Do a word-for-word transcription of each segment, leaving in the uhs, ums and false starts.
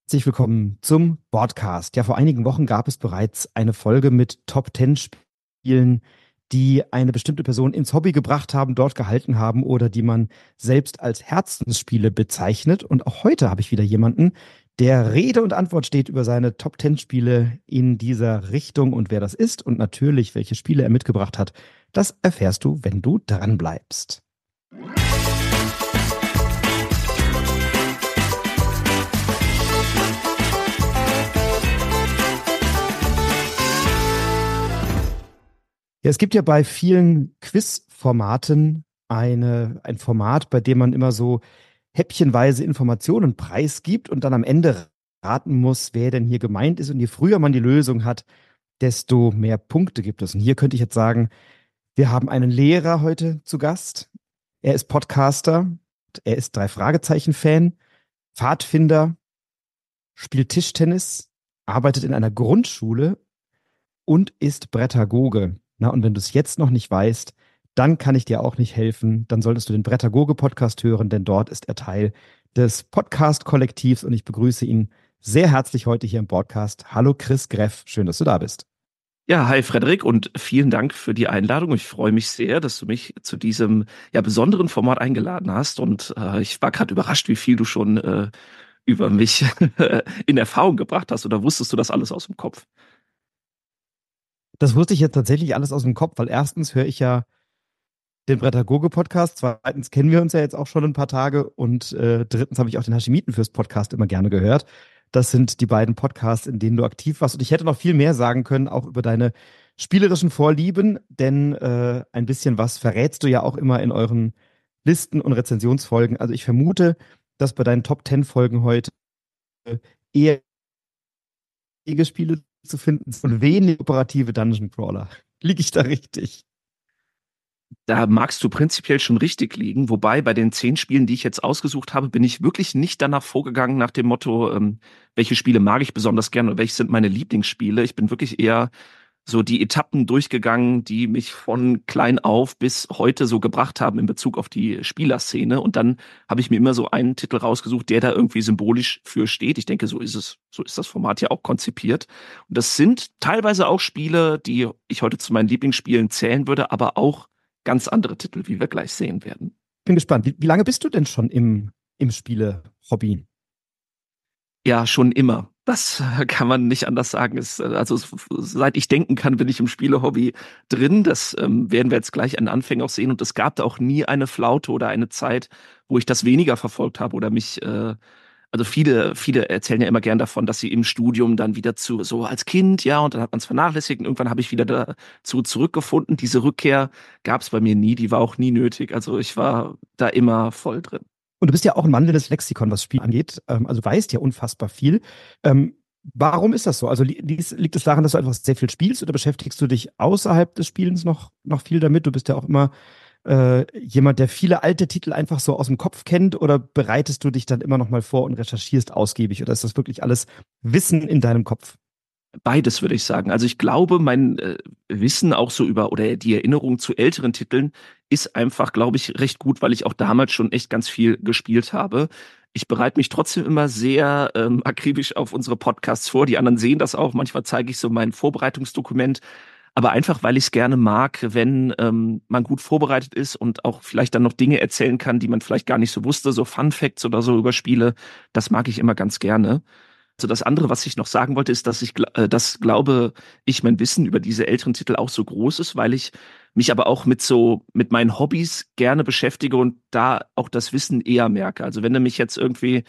Herzlich willkommen zum Podcast. Ja, vor einigen Wochen gab es bereits eine Folge mit Top Ten Spielen, die eine bestimmte Person ins Hobby gebracht haben, dort gehalten haben oder die man selbst als Herzensspiele bezeichnet. Und auch heute habe ich wieder jemanden, der Rede und Antwort steht über seine Top Ten Spiele in dieser Richtung und wer das ist und natürlich, welche Spiele er mitgebracht hat. Das erfährst du, wenn du dran bleibst. Ja, es gibt ja bei vielen Quiz-Formaten eine, ein Format, bei dem man immer so häppchenweise Informationen preisgibt und dann am Ende raten muss, wer denn hier gemeint ist. Und je früher man die Lösung hat, desto mehr Punkte gibt es. Und hier könnte ich jetzt sagen, wir haben einen Lehrer heute zu Gast. Er ist Podcaster, er ist Drei-Fragezeichen-Fan, Pfadfinder, spielt Tischtennis, arbeitet in einer Grundschule und ist Brettagoge. Na, und wenn du es jetzt noch nicht weißt, dann kann ich dir auch nicht helfen. Dann solltest du den Brettagoge-Podcast hören, denn dort ist er Teil des Podcast-Kollektivs und ich begrüße ihn sehr herzlich heute hier im Podcast. Hallo Chris Greff, schön, dass du da bist. Ja, hi Frederik und vielen Dank für die Einladung. Ich freue mich sehr, dass du mich zu diesem ja, besonderen Format eingeladen hast und äh, ich war gerade überrascht, wie viel du schon äh, über mich in Erfahrung gebracht hast. Oder wusstest du das alles aus dem Kopf? Das wusste ich jetzt tatsächlich alles aus dem Kopf, weil erstens höre ich ja den Brettagoge-Podcast, zweitens kennen wir uns ja jetzt auch schon ein paar Tage und äh, drittens habe ich auch den Hashimitenfürst-Podcast immer gerne gehört. Das sind die beiden Podcasts, in denen du aktiv warst und ich hätte noch viel mehr sagen können, auch über deine spielerischen Vorlieben, denn äh, ein bisschen was verrätst du ja auch immer in euren Listen und Rezensionsfolgen. Also ich vermute, dass bei deinen Top Ten Folgen heute eher Spiele zu finden und wenig operative Dungeon Crawler. Liege ich da richtig? Da magst du prinzipiell schon richtig liegen, wobei bei den zehn Spielen, die ich jetzt ausgesucht habe, bin ich wirklich nicht danach vorgegangen nach dem Motto, ähm, welche Spiele mag ich besonders gerne oder welche sind meine Lieblingsspiele. Ich bin wirklich eher so die Etappen durchgegangen, die mich von klein auf bis heute so gebracht haben in Bezug auf die Spielerszene. Und dann habe ich mir immer so einen Titel rausgesucht, der da irgendwie symbolisch für steht. Ich denke, so ist es, so ist das Format ja auch konzipiert. Und das sind teilweise auch Spiele, die ich heute zu meinen Lieblingsspielen zählen würde, aber auch ganz andere Titel, wie wir gleich sehen werden. Bin gespannt. Wie, wie lange bist du denn schon im, im Spiele-Hobby? Ja, schon immer. Das kann man nicht anders sagen. Es, also seit ich denken kann, bin ich im Spiele-Hobby drin. Das ähm, werden wir jetzt gleich an Anfängen auch sehen. Und es gab da auch nie eine Flaute oder eine Zeit, wo ich das weniger verfolgt habe oder mich äh, also viele, viele erzählen ja immer gern davon, dass sie im Studium dann wieder zu, so als Kind, ja, und dann hat man es vernachlässigt und irgendwann habe ich wieder dazu zurückgefunden. Diese Rückkehr gab es bei mir nie, die war auch nie nötig. Also ich war da immer voll drin. Und du bist ja auch ein wandelndes Lexikon, was Spiel angeht. Ähm, also weißt ja unfassbar viel. Ähm, warum ist das so? Also li liegt es daran, dass du einfach sehr viel spielst oder beschäftigst du dich außerhalb des Spielens noch, noch viel damit? Du bist ja auch immer äh, jemand, der viele alte Titel einfach so aus dem Kopf kennt oder bereitest du dich dann immer noch mal vor und recherchierst ausgiebig oder ist das wirklich alles Wissen in deinem Kopf? Beides würde ich sagen. Also ich glaube, mein äh, Wissen auch so über oder die Erinnerung zu älteren Titeln ist einfach, glaube ich, recht gut, weil ich auch damals schon echt ganz viel gespielt habe. Ich bereite mich trotzdem immer sehr ähm, akribisch auf unsere Podcasts vor. Die anderen sehen das auch. Manchmal zeige ich so mein Vorbereitungsdokument. Aber einfach, weil ich es gerne mag, wenn ähm, man gut vorbereitet ist und auch vielleicht dann noch Dinge erzählen kann, die man vielleicht gar nicht so wusste, so Fun Facts oder so über Spiele. Das mag ich immer ganz gerne. Also das andere, was ich noch sagen wollte, ist, dass ich äh, das glaube ich, mein Wissen über diese älteren Titel auch so groß ist, weil ich mich aber auch mit so mit meinen Hobbys gerne beschäftige und da auch das Wissen eher merke. Also wenn du mich jetzt irgendwie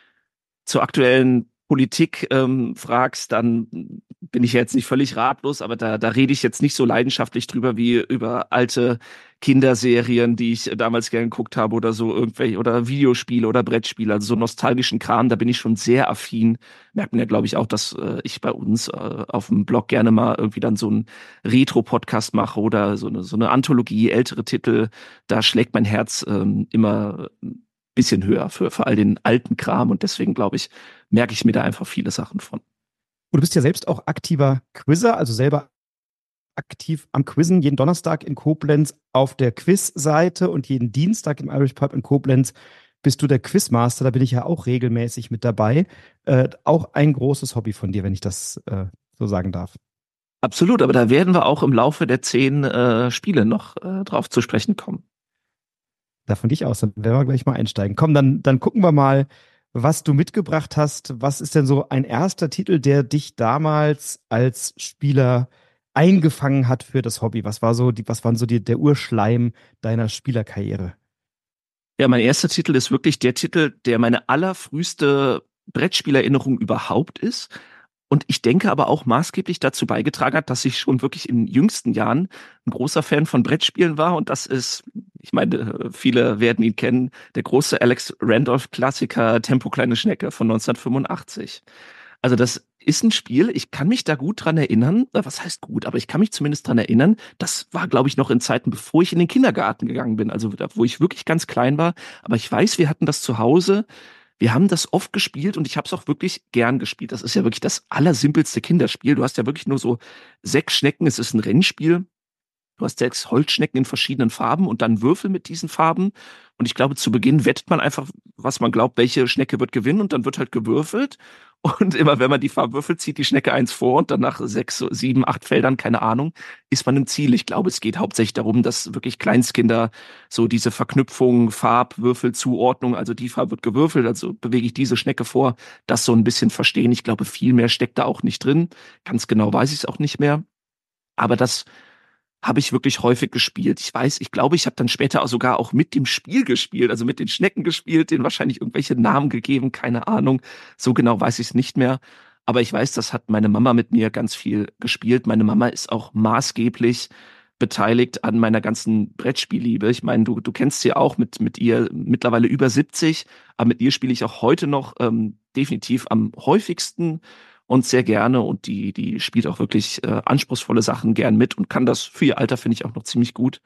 zur aktuellen Politik ähm, fragst, dann bin ich jetzt nicht völlig ratlos, aber da, da rede ich jetzt nicht so leidenschaftlich drüber wie über alte Kinderserien, die ich damals gerne geguckt habe oder so irgendwelche oder Videospiele oder Brettspiele, also so nostalgischen Kram, da bin ich schon sehr affin. Merkt man ja, glaube ich, auch, dass äh, ich bei uns äh, auf dem Blog gerne mal irgendwie dann so einen Retro-Podcast mache oder so eine, so eine Anthologie, ältere Titel. Da schlägt mein Herz ähm, immer bisschen höher für, für all den alten Kram und deswegen, glaube ich, merke ich mir da einfach viele Sachen von. Und du bist ja selbst auch aktiver Quizzer, also selber aktiv am Quizzen, jeden Donnerstag in Koblenz auf der Quiz-Seite und jeden Dienstag im Irish Pub in Koblenz bist du der Quizmaster, da bin ich ja auch regelmäßig mit dabei. Äh, auch ein großes Hobby von dir, wenn ich das äh, so sagen darf. Absolut, aber da werden wir auch im Laufe der zehn äh, Spiele noch äh, drauf zu sprechen kommen. Davon gehe ich aus, dann werden wir gleich mal einsteigen. Komm, dann, dann gucken wir mal, was du mitgebracht hast. Was ist denn so ein erster Titel, der dich damals als Spieler eingefangen hat für das Hobby? Was war so die, was waren so die, der Urschleim deiner Spielerkarriere? Ja, mein erster Titel ist wirklich der Titel, der meine allerfrüheste Brettspielerinnerung überhaupt ist. Und ich denke aber auch maßgeblich dazu beigetragen hat, dass ich schon wirklich in jüngsten Jahren ein großer Fan von Brettspielen war. Und das ist, ich meine, viele werden ihn kennen, der große Alex Randolph-Klassiker Tempo kleine Schnecke von neunzehnhundertfünfundachtzig. Also das ist ein Spiel, ich kann mich da gut dran erinnern, äh, was heißt gut, aber ich kann mich zumindest dran erinnern, das war, glaube ich, noch in Zeiten, bevor ich in den Kindergarten gegangen bin, also da, wo ich wirklich ganz klein war. Aber ich weiß, wir hatten das zu Hause. Wir haben das oft gespielt und ich habe es auch wirklich gern gespielt. Das ist ja wirklich das allersimpelste Kinderspiel. Du hast ja wirklich nur so sechs Schnecken. Es ist ein Rennspiel. Du hast sechs Holzschnecken in verschiedenen Farben und dann Würfel mit diesen Farben. Und ich glaube, zu Beginn wettet man einfach, was man glaubt, welche Schnecke wird gewinnen und dann wird halt gewürfelt. Und immer wenn man die Farbe würfelt, zieht die Schnecke eins vor und dann nach sechs, sieben, acht Feldern, keine Ahnung, ist man im Ziel. Ich glaube, es geht hauptsächlich darum, dass wirklich Kleinstkinder so diese Verknüpfung, Farbwürfel, Zuordnung, also die Farbe wird gewürfelt, also bewege ich diese Schnecke vor, das so ein bisschen verstehen. Ich glaube, viel mehr steckt da auch nicht drin. Ganz genau weiß ich es auch nicht mehr. Aber das habe ich wirklich häufig gespielt. Ich weiß, ich glaube, ich habe dann später auch sogar auch mit dem Spiel gespielt, also mit den Schnecken gespielt, denen wahrscheinlich irgendwelche Namen gegeben, keine Ahnung. So genau weiß ich es nicht mehr. Aber ich weiß, das hat meine Mama mit mir ganz viel gespielt. Meine Mama ist auch maßgeblich beteiligt an meiner ganzen Brettspielliebe. Ich meine, du, du kennst sie auch mit, mit ihr mittlerweile über siebzig, aber mit ihr spiele ich auch heute noch ähm, definitiv am häufigsten und sehr gerne und die, die spielt auch wirklich äh, anspruchsvolle Sachen gern mit und kann das für ihr Alter, finde ich, auch noch ziemlich gut.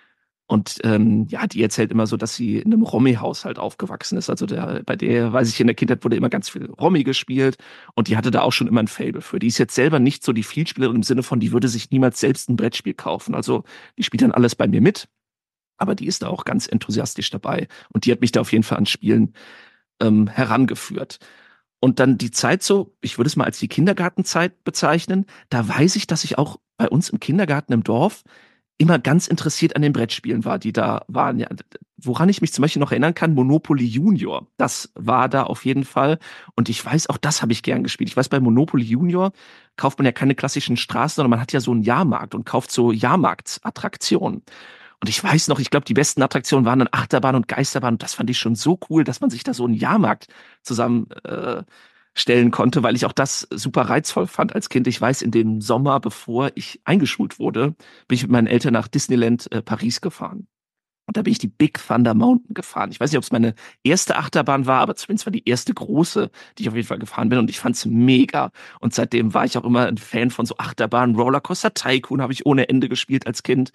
Und ähm, ja, die erzählt immer so, dass sie in einem Romy-Haushalt aufgewachsen ist. Also der, bei der, weiß ich, in der Kindheit wurde immer ganz viel Romy gespielt und die hatte da auch schon immer ein Faible für. Die ist jetzt selber nicht so die Vielspielerin im Sinne von, die würde sich niemals selbst ein Brettspiel kaufen. Also die spielt dann alles bei mir mit, aber die ist da auch ganz enthusiastisch dabei und die hat mich da auf jeden Fall ans Spielen ähm, herangeführt. Und dann die Zeit so, ich würde es mal als die Kindergartenzeit bezeichnen, da weiß ich, dass ich auch bei uns im Kindergarten im Dorf immer ganz interessiert an den Brettspielen war, die da waren. Ja, woran ich mich zum Beispiel noch erinnern kann, Monopoly Junior, das war da auf jeden Fall. Und ich weiß, auch das habe ich gern gespielt. Ich weiß, bei Monopoly Junior kauft man ja keine klassischen Straßen, sondern man hat ja so einen Jahrmarkt und kauft so Jahrmarktsattraktionen. Und ich weiß noch, ich glaube, die besten Attraktionen waren dann Achterbahn und Geisterbahn. Und das fand ich schon so cool, dass man sich da so einen Jahrmarkt zusammen äh, stellen konnte, weil ich auch das super reizvoll fand als Kind. Ich weiß, in dem Sommer, bevor ich eingeschult wurde, bin ich mit meinen Eltern nach Disneyland äh, Paris gefahren. Und da bin ich die Big Thunder Mountain gefahren. Ich weiß nicht, ob es meine erste Achterbahn war, aber zumindest war die erste große, die ich auf jeden Fall gefahren bin. Und ich fand's mega. Und seitdem war ich auch immer ein Fan von so Achterbahnen. Rollercoaster Tycoon habe ich ohne Ende gespielt als Kind.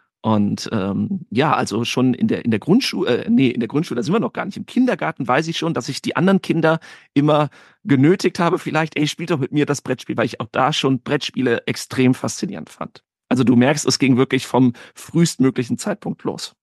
Und ähm, ja, also schon in der in der Grundschule, äh, nee, in der Grundschule, da sind wir noch gar nicht. Im Kindergarten weiß ich schon, dass ich die anderen Kinder immer genötigt habe, vielleicht, ey, spielt doch mit mir das Brettspiel, weil ich auch da schon Brettspiele extrem faszinierend fand. Also du merkst, es ging wirklich vom frühestmöglichen Zeitpunkt los.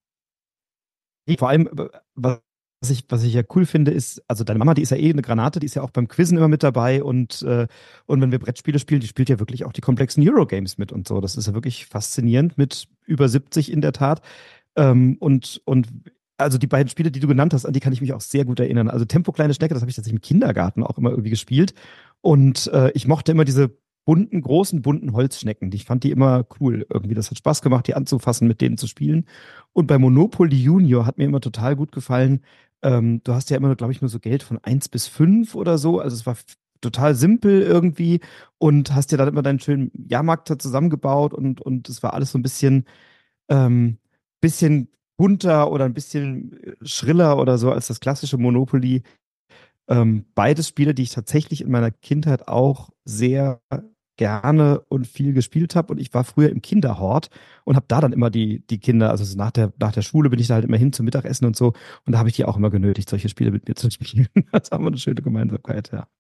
Vor allem, äh, was ich, was ich ja cool finde, ist, also deine Mama, die ist ja eh eine Granate, die ist ja auch beim Quizzen immer mit dabei und, äh, und wenn wir Brettspiele spielen, die spielt ja wirklich auch die komplexen Eurogames mit und so. Das ist ja wirklich faszinierend mit über siebzig in der Tat. Ähm, und, und also die beiden Spiele, die du genannt hast, an die kann ich mich auch sehr gut erinnern. Also Tempo kleine Schnecke, das habe ich tatsächlich im Kindergarten auch immer irgendwie gespielt. Und äh, ich mochte immer diese bunten, großen, bunten Holzschnecken. Ich fand die immer cool irgendwie. Das hat Spaß gemacht, die anzufassen, mit denen zu spielen. Und bei Monopoly Junior hat mir immer total gut gefallen. Ähm, du hast ja immer, glaube ich, nur so Geld von eins bis fünf oder so. Also es war f- total simpel irgendwie und hast dir dann immer deinen schönen Jahrmarkt da zusammengebaut und, und es war alles so ein bisschen, ähm, bisschen bunter oder ein bisschen äh, schriller oder so als das klassische Monopoly. Ähm, beides Spiele, die ich tatsächlich in meiner Kindheit auch sehr gerne und viel gespielt habe. Und ich war früher im Kinderhort und habe da dann immer die, die Kinder, also so nach der, nach der Schule bin ich da halt immer hin zum Mittagessen und so. Und da habe ich die auch immer genötigt, solche Spiele mit mir zu spielen. Das haben wir eine schöne Gemeinsamkeit, ja.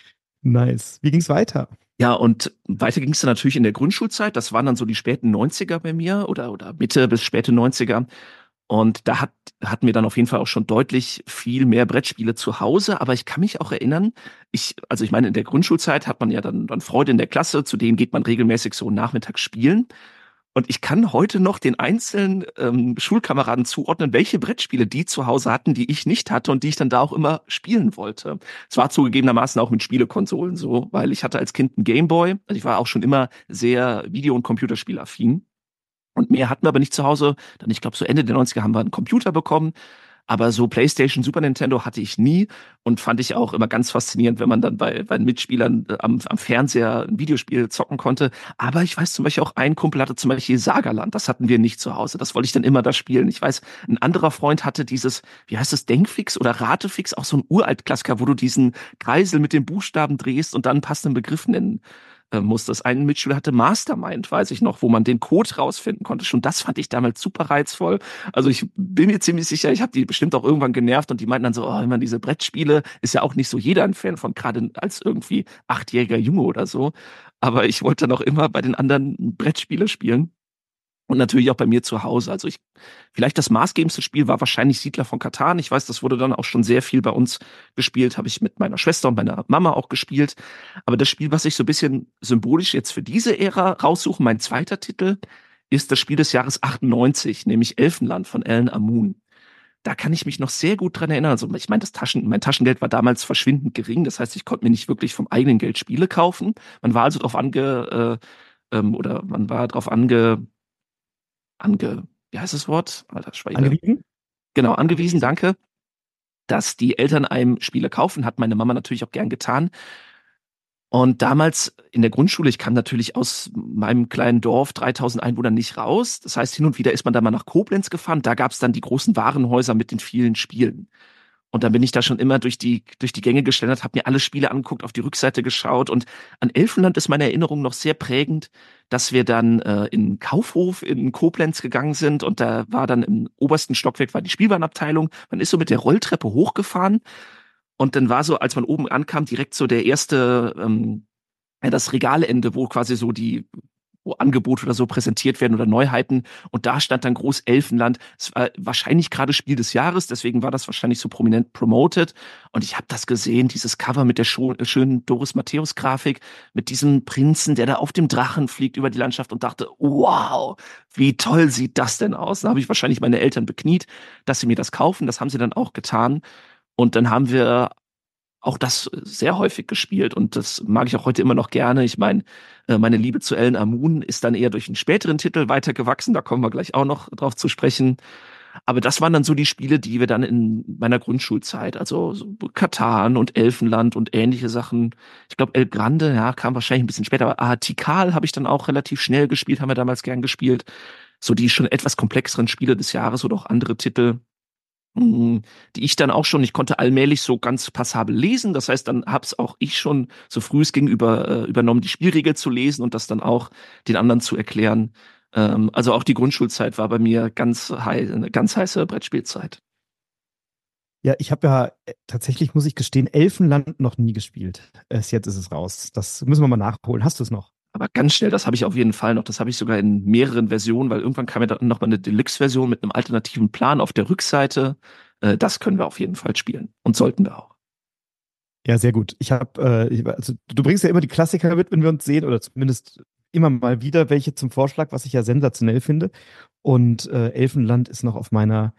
Nice. Wie ging's weiter? Ja, und weiter ging es dann natürlich in der Grundschulzeit. Das waren dann so die späten Neunziger bei mir oder, oder Mitte bis späte Neunziger. Und da hat, hatten wir dann auf jeden Fall auch schon deutlich viel mehr Brettspiele zu Hause. Aber ich kann mich auch erinnern, ich, also ich meine, in der Grundschulzeit hat man ja dann, dann Freunde in der Klasse, zu denen geht man regelmäßig so nachmittags spielen. Und ich kann heute noch den einzelnen ähm, Schulkameraden zuordnen, welche Brettspiele die zu Hause hatten, die ich nicht hatte und die ich dann da auch immer spielen wollte. Es war zugegebenermaßen auch mit Spielekonsolen so, weil ich hatte als Kind einen Gameboy. Also ich war auch schon immer sehr Video- und Computerspielaffin. Und mehr hatten wir aber nicht zu Hause. Dann, ich glaube, so Ende der neunziger haben wir einen Computer bekommen. Aber so PlayStation, Super Nintendo hatte ich nie und fand ich auch immer ganz faszinierend, wenn man dann bei, bei den Mitspielern äh, am, am Fernseher ein Videospiel zocken konnte. Aber ich weiß zum Beispiel auch, ein Kumpel hatte zum Beispiel Sagerland. Das hatten wir nicht zu Hause. Das wollte ich dann immer da spielen. Ich weiß, ein anderer Freund hatte dieses, wie heißt das, Denkfix oder Ratefix, auch so ein Uralt-Klassiker, wo du diesen Kreisel mit den Buchstaben drehst und dann einen passenden Begriff nennen äh, musst. Das ein Mitschüler hatte Mastermind, weiß ich noch, wo man den Code rausfinden konnte. Schon das fand ich damals super reizvoll. Also ich bin mir ziemlich sicher, ich habe die bestimmt auch irgendwann genervt und die meinten dann so, oh, immer diese Brettspiele, ist ja auch nicht so jeder ein Fan von, gerade als irgendwie achtjähriger Junge oder so. Aber ich wollte dann auch immer bei den anderen Brettspiele spielen. Und natürlich auch bei mir zu Hause. Also ich, vielleicht das maßgebendste Spiel war wahrscheinlich Siedler von Catan. Ich weiß, das wurde dann auch schon sehr viel bei uns gespielt. Habe ich mit meiner Schwester und meiner Mama auch gespielt. Aber das Spiel, was ich so ein bisschen symbolisch jetzt für diese Ära raussuche, mein zweiter Titel, ist das Spiel des Jahres achtundneunzig, nämlich Elfenland von Alan Amun. Da kann ich mich noch sehr gut dran erinnern. Also ich meine, das Taschen, mein Taschengeld war damals verschwindend gering. Das heißt, ich konnte mir nicht wirklich vom eigenen Geld Spiele kaufen. Man war also darauf ange, äh, ähm, oder man war darauf ange ange, wie heißt das Wort? Alter Schwede. Angewiesen? Genau, angewiesen, danke, dass die Eltern einem Spiele kaufen, hat meine Mama natürlich auch gern getan. Und damals in der Grundschule, ich kam natürlich aus meinem kleinen Dorf, dreitausend Einwohnern, nicht raus. Das heißt, hin und wieder ist man da mal nach Koblenz gefahren. Da gab es dann die großen Warenhäuser mit den vielen Spielen. Und dann bin ich da schon immer durch die, durch die Gänge geschlendert, habe mir alle Spiele angeguckt, auf die Rückseite geschaut. Und an Elfenland ist meine Erinnerung noch sehr prägend, dass wir dann äh, in einen Kaufhof in Koblenz gegangen sind. Und da war dann im obersten Stockwerk war die Spielwarenabteilung. Man ist so mit der Rolltreppe hochgefahren. Und dann war so, als man oben ankam, direkt so der erste, ähm, ja, das Regalende, wo quasi so die wo Angebote oder so präsentiert werden oder Neuheiten. Und da stand dann groß Elfenland. Es war wahrscheinlich gerade Spiel des Jahres, deswegen war das wahrscheinlich so prominent promoted. Und ich habe das gesehen, dieses Cover mit der schönen Doris Matthäus-Grafik, mit diesem Prinzen, der da auf dem Drachen fliegt über die Landschaft und dachte, wow, wie toll sieht das denn aus? Da habe ich wahrscheinlich meine Eltern bekniet, dass sie mir das kaufen. Das haben sie dann auch getan. Und dann haben wir auch das sehr häufig gespielt und das mag ich auch heute immer noch gerne. Ich meine, äh, meine Liebe zu Alan Amun ist dann eher durch einen späteren Titel weitergewachsen, da kommen wir gleich auch noch drauf zu sprechen. Aber das waren dann so die Spiele, die wir dann in meiner Grundschulzeit, also so Catan und Elfenland und ähnliche Sachen. Ich glaube, El Grande, ja, kam wahrscheinlich ein bisschen später, aber ah, Tikal habe ich dann auch relativ schnell gespielt, haben wir damals gern gespielt. So die schon etwas komplexeren Spiele des Jahres oder auch andere Titel, mh, die ich dann auch schon, ich konnte allmählich so ganz passabel lesen. Das heißt, dann hab's auch ich schon so früh es ging über, äh, übernommen, die Spielregel zu lesen und das dann auch den anderen zu erklären. Ähm, also auch die Grundschulzeit war bei mir ganz hei eine ganz heiße Brettspielzeit. Ja, ich habe ja äh, tatsächlich, muss ich gestehen, Elfenland noch nie gespielt. Erst jetzt ist es raus. Das müssen wir mal nachholen. Hast du es noch? Aber ganz schnell, das habe ich auf jeden Fall noch. Das habe ich sogar in mehreren Versionen, weil irgendwann kam ja dann noch mal eine Deluxe-Version mit einem alternativen Plan auf der Rückseite. Äh, das können wir auf jeden Fall spielen und sollten wir auch. Ja, sehr gut. Ich habe, äh, ich- also du bringst ja immer die Klassiker mit, wenn wir uns sehen, oder zumindest immer mal wieder welche zum Vorschlag, was ich ja sensationell finde. Und äh, Elfenland ist noch auf meiner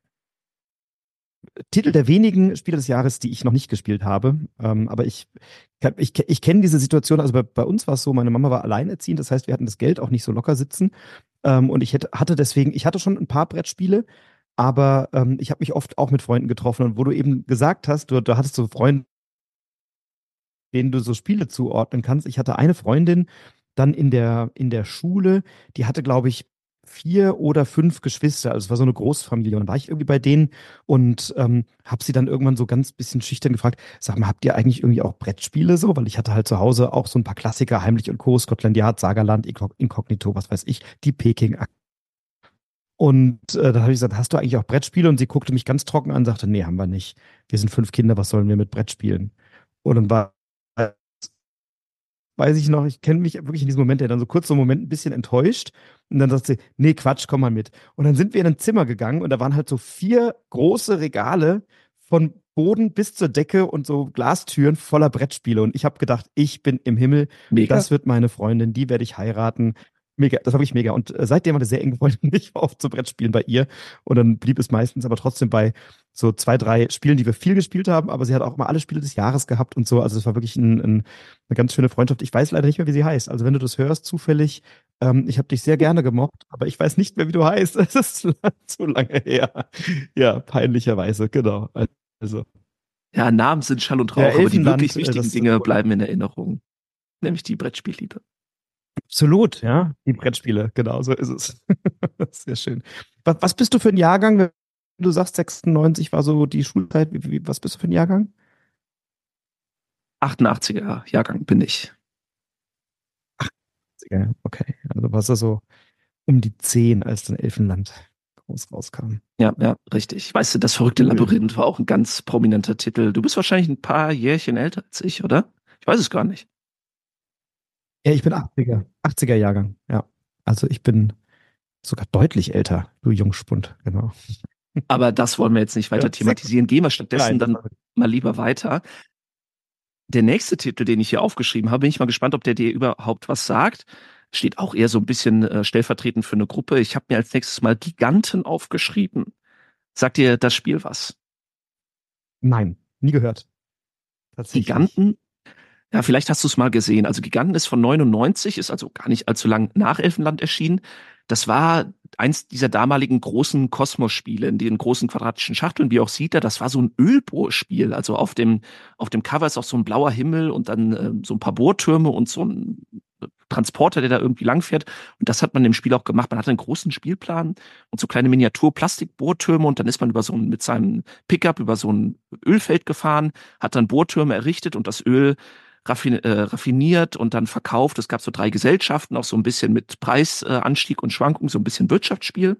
Titel der wenigen Spiele des Jahres, die ich noch nicht gespielt habe. Ähm, aber ich, ich, ich kenne diese Situation, also bei, bei uns war es so, meine Mama war alleinerziehend, das heißt, wir hatten das Geld auch nicht so locker sitzen. Ähm, und ich hätte, hatte deswegen, ich hatte schon ein paar Brettspiele, aber ähm, ich habe mich oft auch mit Freunden getroffen. Und wo du eben gesagt hast, du, du hattest so Freunde, denen du so Spiele zuordnen kannst. Ich hatte eine Freundin dann in der, in der Schule, die hatte, glaube ich, vier oder fünf Geschwister. Also es war so eine Großfamilie. Und dann war ich irgendwie bei denen und ähm, habe sie dann irgendwann so ganz bisschen schüchtern gefragt, sag mal, habt ihr eigentlich irgendwie auch Brettspiele so? Weil ich hatte halt zu Hause auch so ein paar Klassiker, Heimlich und Co., Scotland Yard, Sagerland, Inkognito, was weiß ich, die Peking. Und äh, dann habe ich gesagt, hast du eigentlich auch Brettspiele? Und sie guckte mich ganz trocken an und sagte, nee, haben wir nicht. Wir sind fünf Kinder, was sollen wir mit Brettspielen? Und dann war weiß ich noch, ich kenne mich wirklich in diesem Moment, der dann so kurz so einen Moment ein bisschen enttäuscht. Und dann sagt sie, nee, Quatsch, komm mal mit. Und dann sind wir in ein Zimmer gegangen und da waren halt so vier große Regale von Boden bis zur Decke und so Glastüren voller Brettspiele. Und ich habe gedacht, ich bin im Himmel, Mega. das wird meine Freundin, die werde ich heiraten. Mega, das war wirklich mega. Und äh, seitdem war das sehr eng befreundet. Ich war oft zu Brettspielen bei ihr. Und dann blieb es meistens aber trotzdem bei so zwei, drei Spielen, die wir viel gespielt haben. Aber sie hat auch immer alle Spiele des Jahres gehabt und so. Also es war wirklich ein, ein, eine ganz schöne Freundschaft. Ich weiß leider nicht mehr, wie sie heißt. Also wenn du das hörst, zufällig, ähm, ich habe dich sehr gerne gemocht, aber ich weiß nicht mehr, wie du heißt. Es ist zu lange her. Ja, peinlicherweise, genau. Also, Ja, Namen sind Schall und ja, Rauch, aber die wirklich Elfenland, äh, wichtigen das Dinge bleiben in Erinnerung. Nämlich die Brettspielliebe. absolut, ja. Die Brettspiele, genau so ist es. Sehr schön. Was, was bist du für ein Jahrgang, wenn du sagst, sechsundneunzig war so die Schulzeit? Wie, wie, was bist du für ein Jahrgang? achtundachtziger Jahrgang bin ich. Ja, okay. Also warst du so um die zehn, als dann Elfenland groß rauskam. Ja, ja, richtig. Weißt du, das verrückte Cool. Labyrinth war auch ein ganz prominenter Titel. Du bist wahrscheinlich ein paar Jährchen älter als ich, oder? Ich weiß es gar nicht. Ja, ich bin achtziger. achtziger Jahrgang, ja. Also ich bin sogar deutlich älter, du Jungspund, genau. Aber das wollen wir jetzt nicht Ja, weiter sehr gut. thematisieren. Gehen wir stattdessen Nein, das dann war mal lieber weiter. Der nächste Titel, den ich hier aufgeschrieben habe, bin ich mal gespannt, ob der dir überhaupt was sagt. Steht auch eher so ein bisschen äh, stellvertretend für eine Gruppe. Ich habe mir als nächstes mal Giganten aufgeschrieben. Sagt dir das Spiel was? Nein, nie gehört. Tatsächlich. Giganten. Ja, vielleicht hast du es mal gesehen. Also Giganten ist von neunundneunzig, ist also gar nicht allzu lang nach Elfenland erschienen. Das war eins dieser damaligen großen Kosmos-Spiele, in den großen quadratischen Schachteln, wie auch sieht er, das war so ein Ölbohrspiel. Also auf dem, auf dem Cover ist auch so ein blauer Himmel und dann äh, so ein paar Bohrtürme und so ein Transporter, der da irgendwie langfährt. Und das hat man im Spiel auch gemacht. Man hatte einen großen Spielplan und so kleine Miniatur-Plastik-Bohrtürme und dann ist man über so ein, mit seinem Pickup über so ein Ölfeld gefahren, hat dann Bohrtürme errichtet und das Öl raffin äh, raffiniert und dann verkauft. Es gab so drei Gesellschaften, auch so ein bisschen mit Preisanstieg äh, und Schwankung, so ein bisschen Wirtschaftsspiel.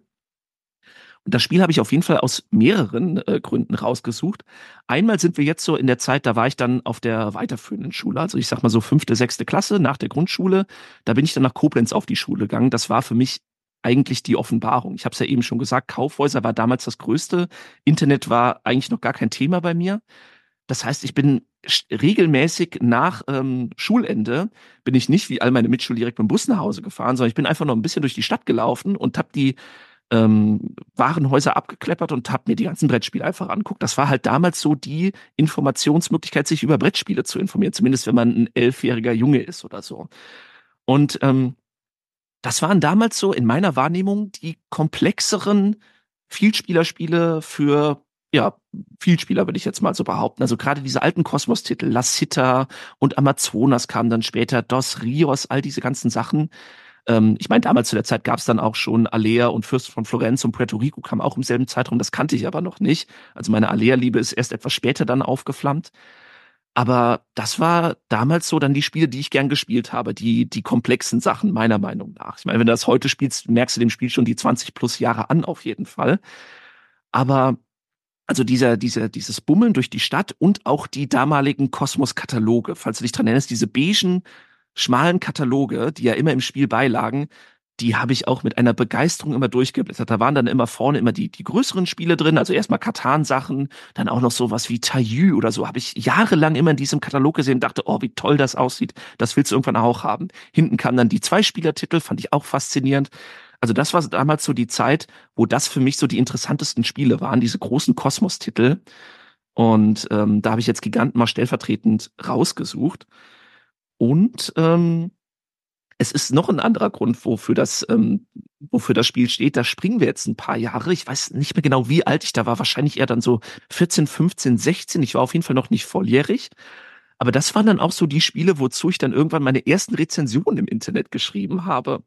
Und das Spiel habe ich auf jeden Fall aus mehreren äh, Gründen rausgesucht. Einmal sind wir jetzt so in der Zeit, da war ich dann auf der weiterführenden Schule, also ich sag mal so fünfte, sechste Klasse nach der Grundschule. Da bin ich dann nach Koblenz auf die Schule gegangen. Das war für mich eigentlich die Offenbarung. Ich habe es ja eben schon gesagt, Kaufhäuser war damals das Größte. Internet war eigentlich noch gar kein Thema bei mir. Das heißt, ich bin regelmäßig nach ähm, Schulende bin ich nicht wie all meine Mitschüler direkt mit dem Bus nach Hause gefahren, sondern ich bin einfach noch ein bisschen durch die Stadt gelaufen und habe die ähm, Warenhäuser abgekleppert und habe mir die ganzen Brettspiele einfach anguckt. Das war halt damals so die Informationsmöglichkeit, sich über Brettspiele zu informieren, zumindest wenn man ein elfjähriger Junge ist oder so. Und ähm, das waren damals so in meiner Wahrnehmung die komplexeren Vielspielerspiele für, ja, Vielspieler würde ich jetzt mal so behaupten. Also gerade diese alten Kosmos-Titel, La Città und Amazonas kamen dann später, Dos Rios, all diese ganzen Sachen. Ähm, ich meine, damals zu der Zeit gab es dann auch schon Alea und Fürst von Florenz und Puerto Rico kam auch im selben Zeitraum. Das kannte ich aber noch nicht. Also meine Alea-Liebe ist erst etwas später dann aufgeflammt. Aber das war damals so dann die Spiele, die ich gern gespielt habe, die, die komplexen Sachen, meiner Meinung nach. Ich meine, wenn du das heute spielst, merkst du dem Spiel schon die zwanzig plus Jahre an, auf jeden Fall. Aber also dieser, dieser, dieses Bummeln durch die Stadt und auch die damaligen Kosmos-Kataloge, falls du dich dran erinnerst, diese beigen, schmalen Kataloge, die ja immer im Spiel beilagen, die habe ich auch mit einer Begeisterung immer durchgeblättert. Da waren dann immer vorne immer die, die größeren Spiele drin, also erstmal Katan-Sachen, dann auch noch sowas wie Taillü oder so, habe ich jahrelang immer in diesem Katalog gesehen und dachte, oh, wie toll das aussieht, das willst du irgendwann auch haben. Hinten kamen dann die Zwei-Spieler-Titel, fand ich auch faszinierend. Also das war damals so die Zeit, wo das für mich so die interessantesten Spiele waren, diese großen Kosmos-Titel. Und ähm, da habe ich jetzt Giganten mal stellvertretend rausgesucht. Und ähm, es ist noch ein anderer Grund, wofür das, ähm, wofür das Spiel steht. Da springen wir jetzt ein paar Jahre. Ich weiß nicht mehr genau, wie alt ich da war. Wahrscheinlich eher dann so vierzehn, fünfzehn, sechzehn. Ich war auf jeden Fall noch nicht volljährig. Aber das waren dann auch so die Spiele, wozu ich dann irgendwann meine ersten Rezensionen im Internet geschrieben habe.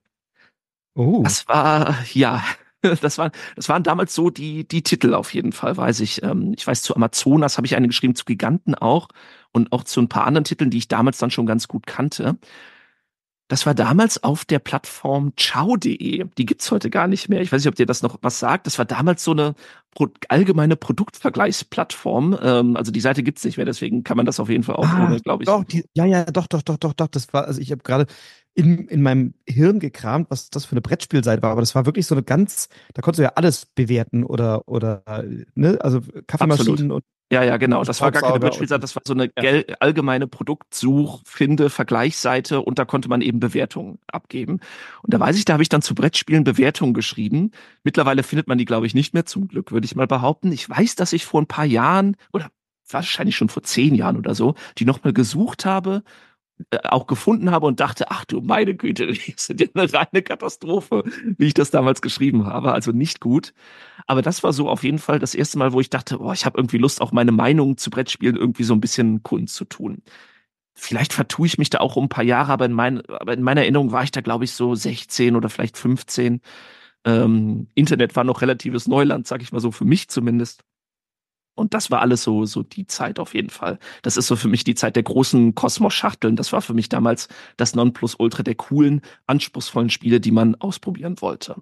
Oh. Das war, ja, das waren, das waren damals so die, die Titel auf jeden Fall, weiß ich. Ähm, ich weiß, zu Amazonas habe ich eine geschrieben, zu Giganten auch und auch zu ein paar anderen Titeln, die ich damals dann schon ganz gut kannte. Das war damals auf der Plattform ciao punkt de. Die gibt's heute gar nicht mehr. Ich weiß nicht, ob dir das noch was sagt. Das war damals so eine Pro allgemeine Produktvergleichsplattform. Ähm, also die Seite gibt's nicht mehr, deswegen kann man das auf jeden Fall auch Ah, ohne, glaube ich. doch, die, ja, ja, doch, doch, doch, doch, doch. Das war, also ich habe gerade in, in meinem Hirn gekramt, was das für eine Brettspielseite war, aber das war wirklich so eine ganz, da konntest du ja alles bewerten oder, oder, ne, also Absolut. Kaffeemaschinen und Ja, ja, genau. Das war gar keine Staubsauger und Brettspielseite, das war so eine ja. gel- allgemeine Produktsuch-, Finde-, Vergleichsseite und da konnte man eben Bewertungen abgeben. Und da weiß ich, da habe ich dann zu Brettspielen Bewertungen geschrieben. Mittlerweile findet man die, glaube ich, nicht mehr, zum Glück, würde ich mal behaupten. Ich weiß, dass ich vor ein paar Jahren oder wahrscheinlich schon vor zehn Jahren oder so, die nochmal gesucht habe, äh, auch gefunden habe und dachte, ach du meine Güte, das ist ja eine reine Katastrophe, wie ich das damals geschrieben habe. Also nicht gut. Aber das war so auf jeden Fall das erste Mal, wo ich dachte, boah, ich habe irgendwie Lust, auch meine Meinung zu Brettspielen irgendwie so ein bisschen kundzutun. Vielleicht vertue ich mich da auch um ein paar Jahre, aber in, mein, aber in meiner Erinnerung war ich da, glaube ich, so sechzehn oder vielleicht fünfzehn. Ähm, Internet war noch relatives Neuland, sag ich mal so, für mich zumindest. Und das war alles so, so die Zeit auf jeden Fall. Das ist so für mich die Zeit der großen Kosmos-Schachteln. Das war für mich damals das Nonplusultra der coolen, anspruchsvollen Spiele, die man ausprobieren wollte.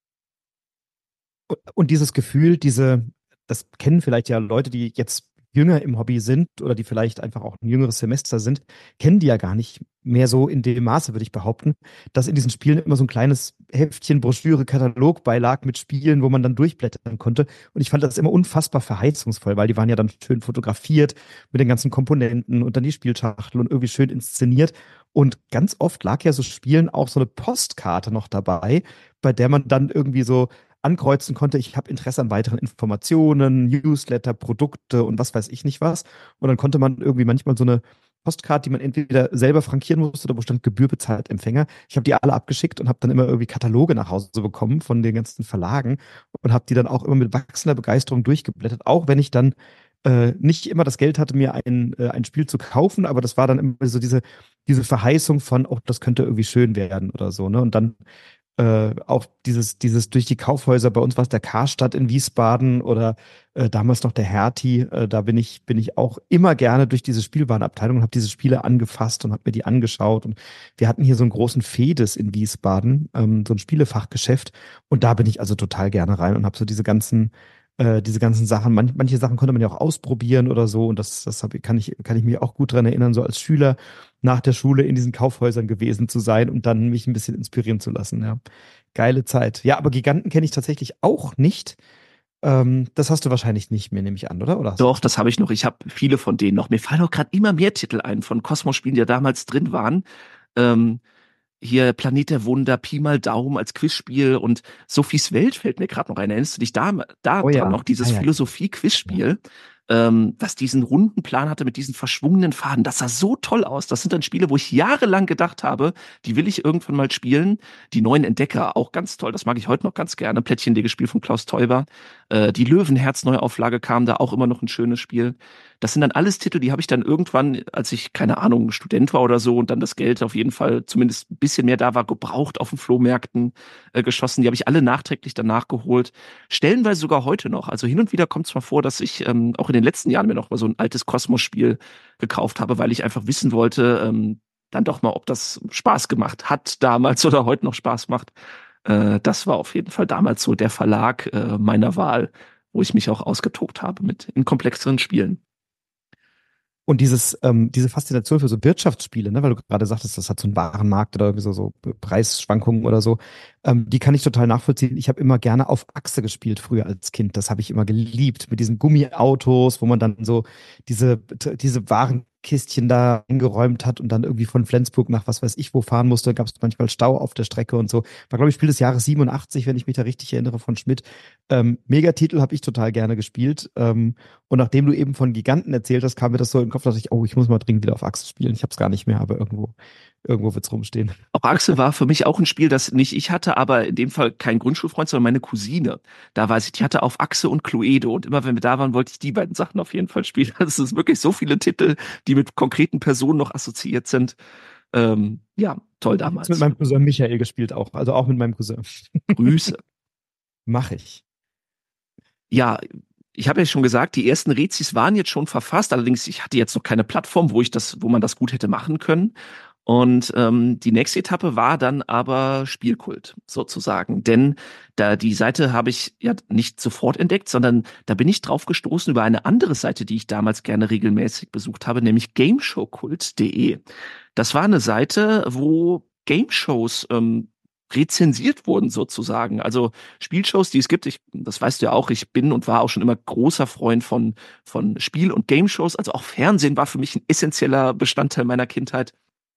Und dieses Gefühl, diese, das kennen vielleicht ja Leute, die jetzt jünger im Hobby sind oder die vielleicht einfach auch ein jüngeres Semester sind, kennen die ja gar nicht mehr so in dem Maße, würde ich behaupten, dass in diesen Spielen immer so ein kleines Heftchen, Broschüre, Katalog beilag mit Spielen, wo man dann durchblättern konnte. Und ich fand das immer unfassbar verheißungsvoll, weil die waren ja dann schön fotografiert mit den ganzen Komponenten und dann die Spielschachtel und irgendwie schön inszeniert. Und ganz oft lag ja so Spielen auch so eine Postkarte noch dabei, bei der man dann irgendwie so ankreuzen konnte, ich habe Interesse an weiteren Informationen, Newsletter, Produkte und was weiß ich nicht was. Und dann konnte man irgendwie manchmal so eine Postkarte, die man entweder selber frankieren musste oder wo stand Gebühr bezahlt Empfänger. Ich habe die alle abgeschickt und habe dann immer irgendwie Kataloge nach Hause bekommen von den ganzen Verlagen und habe die dann auch immer mit wachsender Begeisterung durchgeblättert, auch wenn ich dann äh, nicht immer das Geld hatte, mir ein, äh, ein Spiel zu kaufen, aber das war dann immer so diese, diese Verheißung von, oh, das könnte irgendwie schön werden oder so, ne? Und dann äh, auch dieses, dieses durch die Kaufhäuser, bei uns war es der Karstadt in Wiesbaden oder äh, damals noch der Hertie, äh, da bin ich, bin ich auch immer gerne durch diese Spielwarenabteilung und habe diese Spiele angefasst und habe mir die angeschaut. Und wir hatten hier so einen großen Fedes in Wiesbaden, ähm, so ein Spielefachgeschäft. Und da bin ich also total gerne rein und habe so diese ganzen äh, diese ganzen Sachen, manch, manche Sachen konnte man ja auch ausprobieren oder so und das, das hab, kann ich, kann ich mich auch gut dran erinnern, so als Schüler nach der Schule in diesen Kaufhäusern gewesen zu sein und dann mich ein bisschen inspirieren zu lassen. Ja, geile Zeit. Ja, aber Giganten kenne ich tatsächlich auch nicht. Ähm, das hast du wahrscheinlich nicht mehr, nehme ich an, oder? Oder hast du? Doch, das habe ich noch. Ich habe viele von denen noch. Mir fallen auch gerade immer mehr Titel ein von Kosmos-Spielen, die ja damals drin waren. Ähm, hier Planet der Wunder, Pi mal Daumen als Quizspiel und Sophies Welt fällt mir gerade noch ein. Erinnerst du dich da, da Oh dran ja. noch? Ah, Dieses ja. Ja. Philosophie-Quizspiel, ähm, was diesen runden Plan hatte mit diesen verschwungenen Faden. Das sah so toll aus. Das sind dann Spiele, wo ich jahrelang gedacht habe, die will ich irgendwann mal spielen. Die neuen Entdecker, auch ganz toll. Das mag ich heute noch ganz gerne. Plättchenleges Spiel von Klaus Teuber. Äh, die Löwenherz-Neuauflage kam da auch immer noch ein schönes Spiel. Das sind dann alles Titel, die habe ich dann irgendwann, als ich, keine Ahnung, Student war oder so und dann das Geld auf jeden Fall zumindest ein bisschen mehr da war, gebraucht auf den Flohmärkten äh, geschossen. Die habe ich alle nachträglich dann nachgeholt. Stellenweise sogar heute noch. Also hin und wieder kommt es mal vor, dass ich ähm, auch in den letzten Jahren mir noch mal so ein altes Kosmos-Spiel gekauft habe, weil ich einfach wissen wollte, ähm, dann doch mal, ob das Spaß gemacht hat damals oder heute noch Spaß macht. Äh, das war auf jeden Fall damals so der Verlag äh, meiner Wahl, wo ich mich auch ausgetobt habe mit in komplexeren Spielen. Und dieses, ähm, diese Faszination für so Wirtschaftsspiele, ne, weil du gerade sagtest, das hat so einen Warenmarkt oder irgendwie so, so Preisschwankungen oder so, ähm, die kann ich total nachvollziehen. Ich habe immer gerne auf Achse gespielt früher als Kind. Das habe ich immer geliebt mit diesen Gummiautos, wo man dann so diese, diese Warenkistchen da eingeräumt hat und dann irgendwie von Flensburg nach was weiß ich wo fahren musste. Da gab es manchmal Stau auf der Strecke und so. War, glaube ich, Spiel des Jahres siebenundachtzig, wenn ich mich da richtig erinnere, von Schmidt. Ähm, Megatitel habe ich total gerne gespielt. Ähm, und nachdem du eben von Giganten erzählt hast, kam mir das so in den Kopf, dass ich, oh, ich muss mal dringend wieder auf Achse spielen. Ich habe es gar nicht mehr, aber irgendwo, irgendwo wird's rumstehen. Auch Axel war für mich auch ein Spiel, das nicht ich hatte, aber in dem Fall kein Grundschulfreund, sondern meine Cousine. Da weiß ich, die hatte auf Achse und Cluedo und immer wenn wir da waren, wollte ich die beiden Sachen auf jeden Fall spielen. Also es ist wirklich so viele Titel, die mit konkreten Personen noch assoziiert sind. Ähm, ja, toll Ich habe es mit damals. meinem Cousin Michael gespielt auch, also auch mit meinem Cousin. Grüße. Mache ich. Ja, ich habe ja schon gesagt, die ersten Rezis waren jetzt schon verfasst, allerdings ich hatte jetzt noch keine Plattform, wo ich das, wo man das gut hätte machen können. Und ähm, die nächste Etappe war dann aber Spielkult sozusagen, denn da die Seite habe ich ja nicht sofort entdeckt, sondern da bin ich drauf gestoßen über eine andere Seite, die ich damals gerne regelmäßig besucht habe, nämlich gameshowkult punkt de. Das war eine Seite, wo Gameshows ähm, rezensiert wurden sozusagen. Also Spielshows, die es gibt. Ich, das weißt du ja auch. Ich bin und war auch schon immer großer Freund von von Spiel- und Gameshows. Also auch Fernsehen war für mich ein essentieller Bestandteil meiner Kindheit.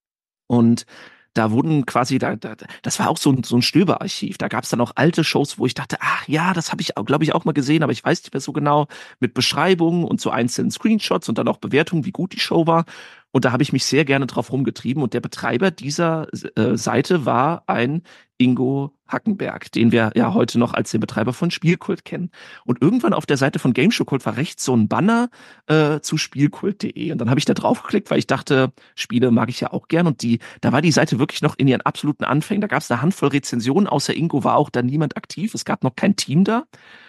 Und da wurden quasi, da, da, das war auch so ein, so ein Stöberarchiv. Da gab es dann auch alte Shows, wo ich dachte, ach ja, das habe ich, glaube ich, auch mal gesehen, aber ich weiß nicht mehr so genau, mit Beschreibungen und so einzelnen Screenshots und dann auch Bewertungen, wie gut die Show war. Und da habe ich mich sehr gerne drauf rumgetrieben. Und der Betreiber dieser äh, Seite war ein Ingo Hackenberg, den wir ja heute noch als den Betreiber von Spielkult kennen. Und irgendwann auf der Seite von Gameshowkult war rechts so ein Banner äh, zu spielkult punkt de. Und dann habe ich da drauf geklickt, weil ich dachte, Spiele mag ich ja auch gern. Und die, da war die Seite wirklich noch in ihren absoluten Anfängen. Da gab es eine Handvoll Rezensionen. Außer Ingo war auch da niemand aktiv. Es gab noch kein Team da.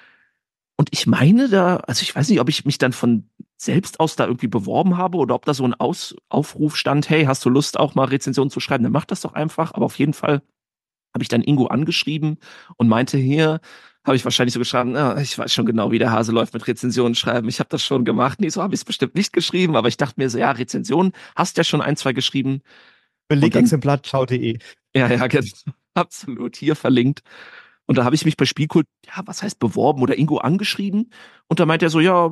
Und ich meine da, also ich weiß nicht, ob ich mich dann von selbst aus da irgendwie beworben habe oder ob da so ein Aus Aufruf stand, hey, hast du Lust auch mal Rezensionen zu schreiben? Dann mach das doch einfach. Aber auf jeden Fall habe ich dann Ingo angeschrieben und meinte, hier habe ich wahrscheinlich so geschrieben, ah, ich weiß schon genau, wie der Hase läuft mit Rezensionen schreiben. Ich habe das schon gemacht. Nee, so habe ich es bestimmt nicht geschrieben, aber ich dachte mir so, ja, Rezensionen, hast ja schon ein, zwei geschrieben. Und dann, Belegexemplar ciao punkt de. ja, ja, genau, absolut, hier verlinkt. Und da habe ich mich bei Spielkult, ja, was heißt beworben oder Ingo angeschrieben. Und da meint er so, ja,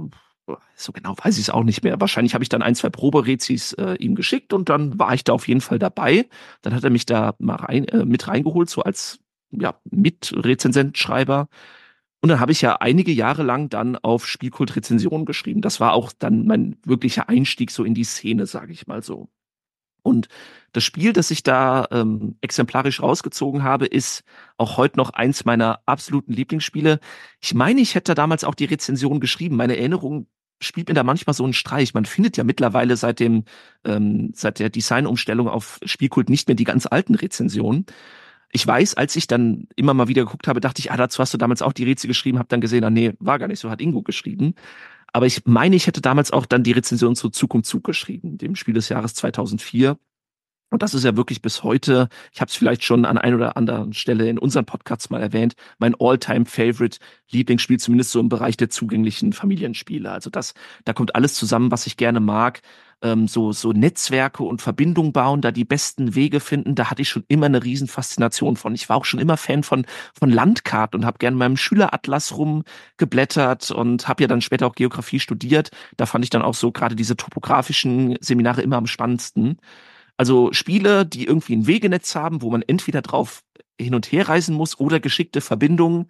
so genau weiß ich es auch nicht mehr. Wahrscheinlich habe ich dann ein, zwei Proberezis äh, ihm geschickt und dann war ich da auf jeden Fall dabei. Dann hat er mich da mal rein, äh, mit reingeholt, so als ja, Mitrezensentschreiber. Und dann habe ich ja einige Jahre lang dann auf Spielkult Rezensionen geschrieben. Das war auch dann mein wirklicher Einstieg so in die Szene, sage ich mal so. Und das Spiel, das ich da ähm, exemplarisch rausgezogen habe, ist auch heute noch eins meiner absoluten Lieblingsspiele. Ich meine, ich hätte damals auch die Rezension geschrieben. Meine Erinnerung spielt mir da manchmal so einen Streich. Man findet ja mittlerweile seit dem ähm, seit der Designumstellung auf Spielkult nicht mehr die ganz alten Rezensionen. Ich weiß, als ich dann immer mal wieder geguckt habe, dachte ich, ah, dazu hast du damals auch die Rezi geschrieben, habe dann gesehen, ah nee, war gar nicht so, hat Ingo geschrieben. Aber ich meine, ich hätte damals auch dann die Rezension zu Zug um Zug geschrieben, dem Spiel des Jahres zweitausendvier. Und das ist ja wirklich bis heute, ich habe es vielleicht schon an ein oder anderen Stelle in unseren Podcasts mal erwähnt, mein All-Time-Favorite Lieblingsspiel, zumindest so im Bereich der zugänglichen Familienspiele. Also das, da kommt alles zusammen, was ich gerne mag. Ähm, so, so Netzwerke und Verbindungen bauen, da die besten Wege finden, da hatte ich schon immer eine Riesenfaszination von. Ich war auch schon immer Fan von, von Landkarten und habe gerne in meinem Schüleratlas rumgeblättert und habe ja dann später auch Geografie studiert. Da fand ich dann auch so gerade diese topografischen Seminare immer am spannendsten. Also Spiele, die irgendwie ein Wegenetz haben, wo man entweder drauf hin und her reisen muss oder geschickte Verbindungen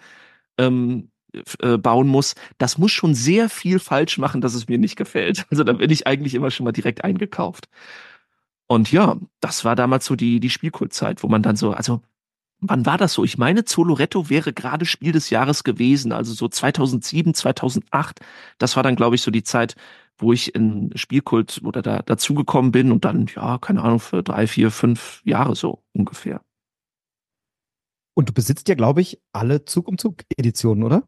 ähm, äh, bauen muss, das muss schon sehr viel falsch machen, dass es mir nicht gefällt. Also da bin ich eigentlich immer schon mal direkt eingekauft. Und ja, das war damals so die, die Spielkultzeit, wo man dann so, also wann war das so? Ich meine, Zoloretto wäre gerade Spiel des Jahres gewesen, also so zweitausendsieben, zweitausendacht. Das war dann, glaube ich, so die Zeit, wo ich in Spielkult oder da dazugekommen bin und dann, ja, keine Ahnung, für drei, vier, fünf Jahre so ungefähr. Und du besitzt ja, glaube ich, alle Zug um Zug Editionen, oder?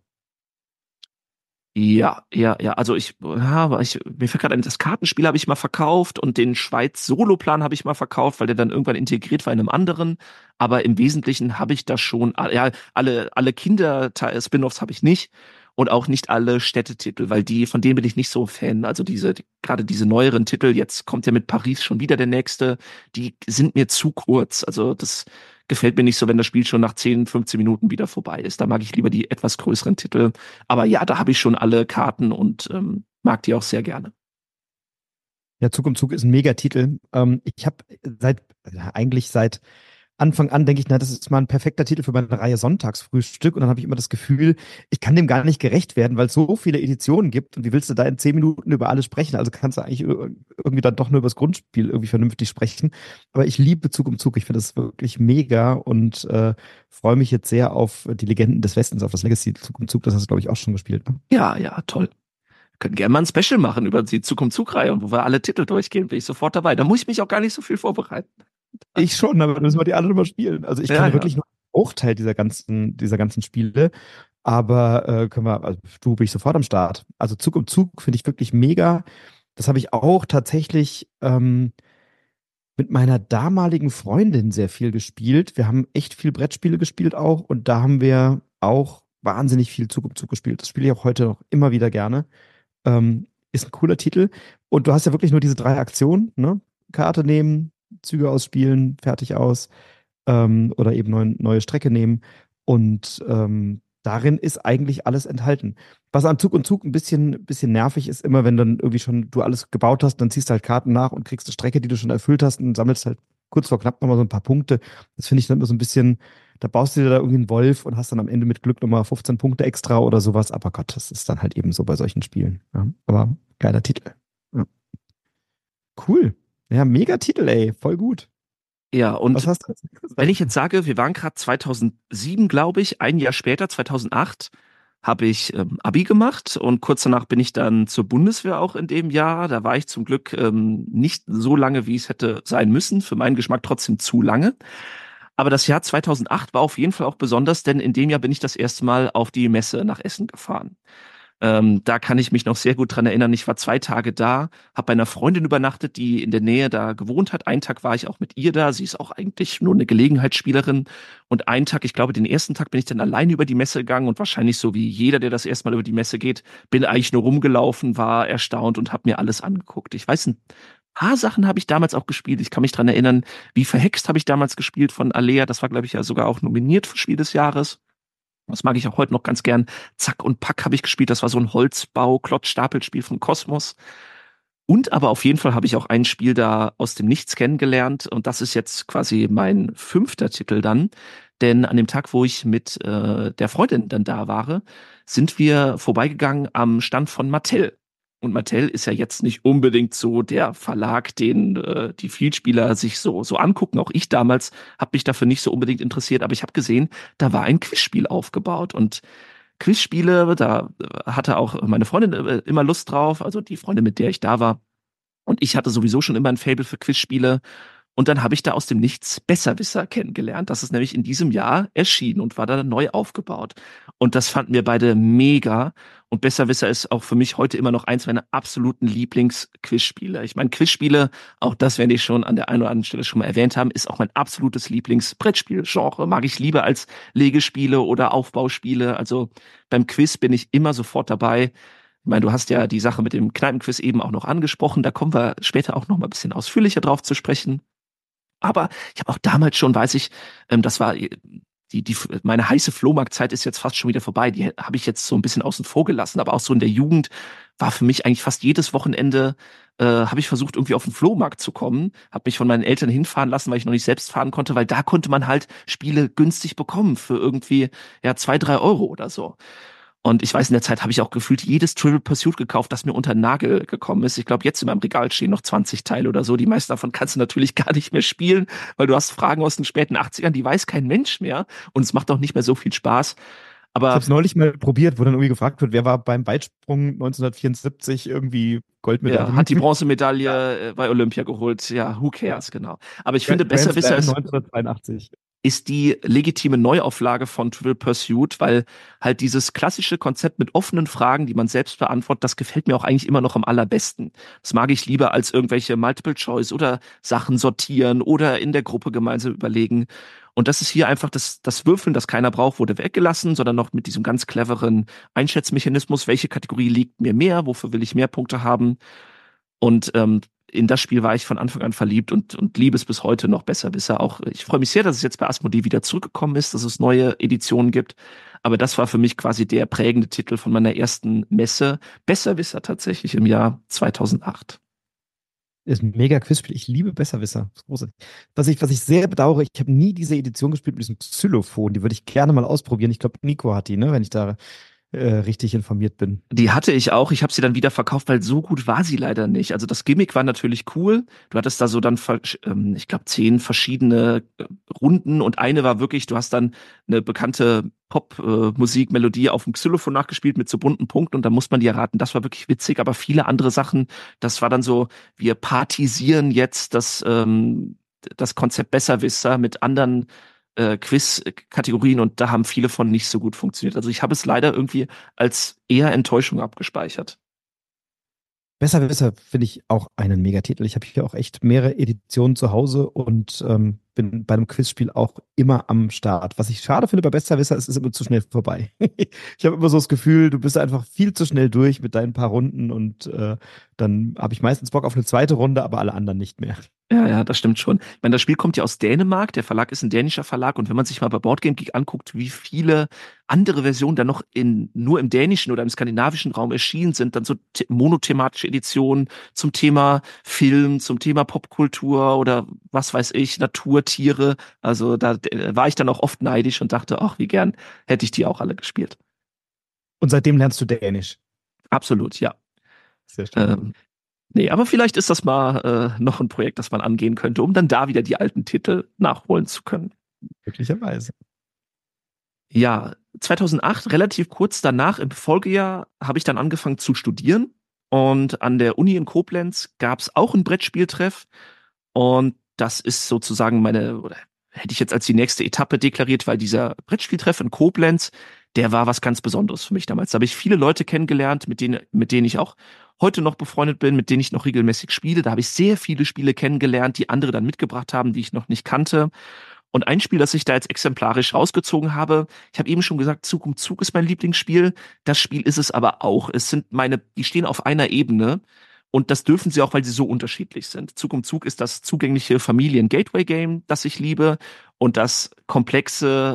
Ja, ja, ja. Also ich, ja, aber ich, mir fällt gerade ein, das Kartenspiel habe ich mal verkauft und den Schweiz-Soloplan habe ich mal verkauft, weil der dann irgendwann integriert war in einem anderen. Aber im Wesentlichen habe ich das schon, ja, alle, alle Kinder-Spin-offs habe ich nicht und auch nicht alle Städtetitel, weil die, von denen bin ich nicht so Fan. Also diese, die, gerade diese neueren Titel, jetzt kommt ja mit Paris schon wieder der nächste, die sind mir zu kurz. Also das gefällt mir nicht so, wenn das Spiel schon nach zehn, fünfzehn Minuten wieder vorbei ist. Da mag ich lieber die etwas größeren Titel. Aber ja, da habe ich schon alle Karten und ähm, mag die auch sehr gerne. Ja, Zug um Zug ist ein Megatitel. Ähm, ich habe seit, eigentlich seit Anfang an denke ich, na, das ist mal ein perfekter Titel für meine Reihe Sonntagsfrühstück. Und dann habe ich immer das Gefühl, ich kann dem gar nicht gerecht werden, weil es so viele Editionen gibt. Und wie willst du da in zehn Minuten über alles sprechen? Also kannst du eigentlich irgendwie dann doch nur über das Grundspiel irgendwie vernünftig sprechen. Aber ich liebe Zug um Zug. Ich finde das wirklich mega und äh, freue mich jetzt sehr auf die Legenden des Westens, auf das Legacy Zug um Zug. Das hast du, glaube ich, auch schon gespielt, ne? Ja, ja, toll. Wir können gerne mal ein Special machen über die Zug-um-Zug-Reihe und wo wir alle Titel durchgehen, bin ich sofort dabei. Da muss ich mich auch gar nicht so viel vorbereiten. Ich schon, aber dann müssen wir die alle nochmal spielen. Also ich Ja, kenne ja. wirklich nur einen Bruchteil dieser ganzen, dieser ganzen Spiele. Aber äh, können wir, also, du bin ich sofort am Start. Also Zug um Zug finde ich wirklich mega. Das habe ich auch tatsächlich ähm, mit meiner damaligen Freundin sehr viel gespielt. Wir haben echt viel Brettspiele gespielt auch und da haben wir auch wahnsinnig viel Zug um Zug gespielt. Das spiele ich auch heute noch immer wieder gerne. Ähm, ist ein cooler Titel. Und du hast ja wirklich nur diese drei Aktionen, ne? Karte nehmen, Züge ausspielen, fertig aus, ähm, oder eben neu, neue Strecke nehmen. Und ähm, darin ist eigentlich alles enthalten. Was an Zug und Zug ein bisschen, bisschen nervig ist, immer wenn dann irgendwie schon du alles gebaut hast, dann ziehst du halt Karten nach und kriegst eine Strecke, die du schon erfüllt hast und sammelst halt kurz vor knapp nochmal so ein paar Punkte. Das finde ich dann immer so ein bisschen, da baust du dir da irgendwie einen Wolf und hast dann am Ende mit Glück nochmal fünfzehn Punkte extra oder sowas. Aber Gott, das ist dann halt eben so bei solchen Spielen. Ja. Aber geiler Titel. Ja. Cool. Ja, mega Titel, ey. Voll gut. Ja, Was und hast du als nächstes wenn da? ich jetzt sage, wir waren gerade zweitausendsieben, glaube ich, ein Jahr später, zweitausendacht, habe ich ähm, Abi gemacht und kurz danach bin ich dann zur Bundeswehr auch in dem Jahr. Da war ich zum Glück ähm, nicht so lange, wie es hätte sein müssen. Für meinen Geschmack trotzdem zu lange. Aber das Jahr zweitausendacht war auf jeden Fall auch besonders, denn in dem Jahr bin ich das erste Mal auf die Messe nach Essen gefahren. Ähm, da kann ich mich noch sehr gut dran erinnern. Ich war zwei Tage da, habe bei einer Freundin übernachtet, die in der Nähe da gewohnt hat. Einen Tag war ich auch mit ihr da. Sie ist auch eigentlich nur eine Gelegenheitsspielerin. Und einen Tag, ich glaube, den ersten Tag bin ich dann alleine über die Messe gegangen und wahrscheinlich so wie jeder, der das erste Mal über die Messe geht, bin eigentlich nur rumgelaufen, war erstaunt und habe mir alles angeguckt. Ich weiß, ein paar Sachen habe ich damals auch gespielt. Ich kann mich dran erinnern, wie Verhext habe ich damals gespielt von Alea. Das war, glaube ich, ja sogar auch nominiert für Spiel des Jahres. Das mag ich auch heute noch ganz gern. Zack und Pack habe ich gespielt. Das war so ein Holzbau-Klotz-Stapelspiel von Kosmos. Und aber auf jeden Fall habe ich auch ein Spiel da aus dem Nichts kennengelernt. Und das ist jetzt quasi mein fünfter Titel dann. Denn an dem Tag, wo ich mit äh, der Freundin dann da war, sind wir vorbeigegangen am Stand von Mattel. Und Mattel ist ja jetzt nicht unbedingt so der Verlag, den äh, die Vielspieler sich so, so angucken. Auch ich damals habe mich dafür nicht so unbedingt interessiert. Aber ich habe gesehen, da war ein Quizspiel aufgebaut. Und Quizspiele, da hatte auch meine Freundin äh, immer Lust drauf, also die Freundin, mit der ich da war. Und ich hatte sowieso schon immer ein Faible für Quizspiele. Und dann habe ich da aus dem Nichts Besserwisser kennengelernt. Das ist nämlich in diesem Jahr erschienen und war da neu aufgebaut. Und das fanden wir beide mega. Und Besserwisser ist auch für mich heute immer noch eins meiner absoluten Lieblings-Quizspiele. Ich meine, Quizspiele, auch das werde ich schon an der einen oder anderen Stelle schon mal erwähnt haben, ist auch mein absolutes Lieblings-Brettspiel-Genre. Mag ich lieber als Legespiele oder Aufbauspiele. Also beim Quiz bin ich immer sofort dabei. Ich meine, du hast ja die Sache mit dem Kneipenquiz eben auch noch angesprochen. Da kommen wir später auch noch mal ein bisschen ausführlicher drauf zu sprechen. Aber ich habe auch damals schon, weiß ich, ähm, das war äh, die, die, meine heiße Flohmarktzeit ist jetzt fast schon wieder vorbei. Die habe ich jetzt so ein bisschen außen vor gelassen. Aber auch so in der Jugend war für mich eigentlich fast jedes Wochenende, äh, habe ich versucht, irgendwie auf den Flohmarkt zu kommen. Habe mich von meinen Eltern hinfahren lassen, weil ich noch nicht selbst fahren konnte, weil da konnte man halt Spiele günstig bekommen für irgendwie ja zwei, drei Euro oder so. Und ich weiß, in der Zeit habe ich auch gefühlt jedes Trivial Pursuit gekauft, das mir unter den Nagel gekommen ist. Ich glaube, jetzt in meinem Regal stehen noch zwanzig Teile oder so. Die meisten davon kannst du natürlich gar nicht mehr spielen, weil du hast Fragen aus den späten achtzigern, die weiß kein Mensch mehr. Und es macht auch nicht mehr so viel Spaß. Ich habe Aber es neulich mal probiert, wo dann irgendwie gefragt wird, wer war beim Weitsprung neunzehnhundertvierundsiebzig irgendwie ja, Goldmedaille. hat die Ja, Bronzemedaille äh, bei Olympia geholt. Ja, who cares, genau. Aber ich finde, Grand Besserwisser Slam ist neunzehnhundertzweiundachtzig. ist die legitime Neuauflage von Trivial Pursuit, weil halt dieses klassische Konzept mit offenen Fragen, die man selbst beantwortet, das gefällt mir auch eigentlich immer noch am allerbesten. Das mag ich lieber als irgendwelche Multiple Choice oder Sachen sortieren oder in der Gruppe gemeinsam überlegen. Und das ist hier einfach das, das Würfeln, das keiner braucht, wurde weggelassen, sondern noch mit diesem ganz cleveren Einschätzmechanismus, welche Kategorie liegt mir mehr, wofür will ich mehr Punkte haben. Und ähm, in das Spiel war ich von Anfang an verliebt und, und liebe es bis heute noch besser. Bisher auch. Ich freue mich sehr, dass es jetzt bei Asmodee wieder zurückgekommen ist, dass es neue Editionen gibt. Aber das war für mich quasi der prägende Titel von meiner ersten Messe. Besserwisser tatsächlich im Jahr zweitausendacht. Ist ein mega Quizspiel. Ich liebe Besserwisser. Das ist großartig. Was ich, was ich sehr bedauere, ich habe nie diese Edition gespielt mit diesem Xylophon. Die würde ich gerne mal ausprobieren. Ich glaube, Nico hat die, ne, wenn ich da äh, richtig informiert bin. Die hatte ich auch. Ich habe sie dann wieder verkauft, weil so gut war sie leider nicht. Also das Gimmick war natürlich cool. Du hattest da so dann, ähm, ich glaube, zehn verschiedene äh, Runden und eine war wirklich, du hast dann eine bekannte Pop-Musik-Melodie auf dem Xylophon nachgespielt mit so bunten Punkten und dann muss man die erraten. Das war wirklich witzig, aber viele andere Sachen, das war dann so, wir partisieren jetzt das, ähm, das Konzept Besserwisser mit anderen äh, Quiz-Kategorien und da haben viele von nicht so gut funktioniert. Also ich habe es leider irgendwie als eher Enttäuschung abgespeichert. Besserwisser finde ich auch einen Megatitel. Ich habe hier auch echt mehrere Editionen zu Hause und ähm, bin bei einem Quizspiel auch immer am Start. Was ich schade finde bei Besserwisser, ist, es ist immer zu schnell vorbei. Ich habe immer so das Gefühl, du bist einfach viel zu schnell durch mit deinen paar Runden und äh, dann habe ich meistens Bock auf eine zweite Runde, aber alle anderen nicht mehr. Ja, ja, das stimmt schon. Ich meine, das Spiel kommt ja aus Dänemark. Der Verlag ist ein dänischer Verlag. Und wenn man sich mal bei Boardgame Geek anguckt, wie viele andere Versionen da noch in, nur im dänischen oder im skandinavischen Raum erschienen sind, dann so the- monothematische Editionen zum Thema Film, zum Thema Popkultur oder was weiß ich, Natur, Tiere. Also da äh, war ich dann auch oft neidisch und dachte, ach, wie gern hätte ich die auch alle gespielt. Und seitdem lernst du Dänisch. Absolut, ja. Sehr schön. Ähm, Nee, aber vielleicht ist das mal äh, noch ein Projekt, das man angehen könnte, um dann da wieder die alten Titel nachholen zu können. Möglicherweise. Ja, zweitausendacht, relativ kurz danach im Folgejahr, habe ich dann angefangen zu studieren. Und an der Uni in Koblenz gab es auch einen Brettspieltreff. Und das ist sozusagen meine, oder hätte ich jetzt als die nächste Etappe deklariert, weil dieser Brettspieltreff in Koblenz, der war was ganz Besonderes für mich damals. Da habe ich viele Leute kennengelernt, mit denen, mit denen ich auch heute noch befreundet bin, mit denen ich noch regelmäßig spiele. Da habe ich sehr viele Spiele kennengelernt, die andere dann mitgebracht haben, die ich noch nicht kannte. Und ein Spiel, das ich da jetzt exemplarisch rausgezogen habe, ich habe eben schon gesagt, Zug um Zug ist mein Lieblingsspiel. Das Spiel ist es aber auch. Es sind meine, die stehen auf einer Ebene. Und das dürfen sie auch, weil sie so unterschiedlich sind. Zug um Zug ist das zugängliche Familien-Gateway-Game, das ich liebe. Und das komplexe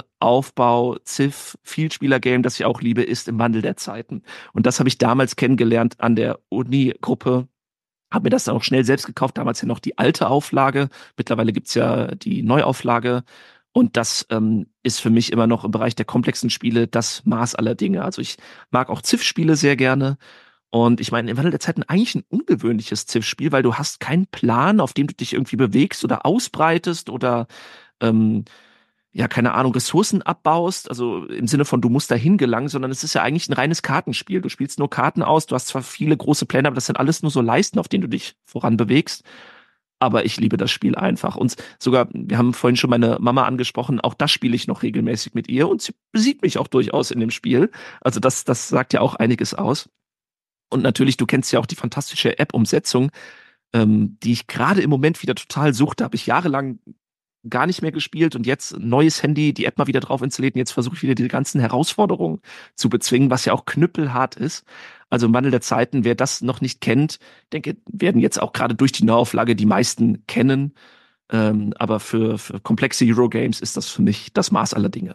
Aufbau-Civ-Vielspieler-Game, das ich auch liebe, ist im Wandel der Zeiten. Und das habe ich damals kennengelernt an der Uni-Gruppe. Habe mir das dann auch schnell selbst gekauft, damals ja noch die alte Auflage. Mittlerweile gibt's ja die Neuauflage. Und das ähm, ist für mich immer noch im Bereich der komplexen Spiele das Maß aller Dinge. Also ich mag auch Civ-Spiele sehr gerne. Und ich meine, im Wandel der Zeiten eigentlich ein ungewöhnliches Civ-Spiel, weil du hast keinen Plan, auf dem du dich irgendwie bewegst oder ausbreitest oder ähm, ja, keine Ahnung, Ressourcen abbaust, also im Sinne von, du musst dahin gelangen, sondern es ist ja eigentlich ein reines Kartenspiel. Du spielst nur Karten aus, du hast zwar viele große Pläne, aber das sind alles nur so Leisten, auf denen du dich voran bewegst. Aber ich liebe das Spiel einfach. Und sogar, wir haben vorhin schon meine Mama angesprochen, auch das spiele ich noch regelmäßig mit ihr und sie besiegt mich auch durchaus in dem Spiel. Also das, das sagt ja auch einiges aus. Und natürlich, du kennst ja auch die fantastische App-Umsetzung, ähm, die ich gerade im Moment wieder total suchte. Habe ich jahrelang gar nicht mehr gespielt und jetzt ein neues Handy, die App mal wieder drauf installiert und jetzt versuche ich wieder die ganzen Herausforderungen zu bezwingen, was ja auch knüppelhart ist. Also im Wandel der Zeiten, wer das noch nicht kennt, denke, werden jetzt auch gerade durch die Neuauflage die meisten kennen. Ähm, aber für, für komplexe Eurogames ist das für mich das Maß aller Dinge.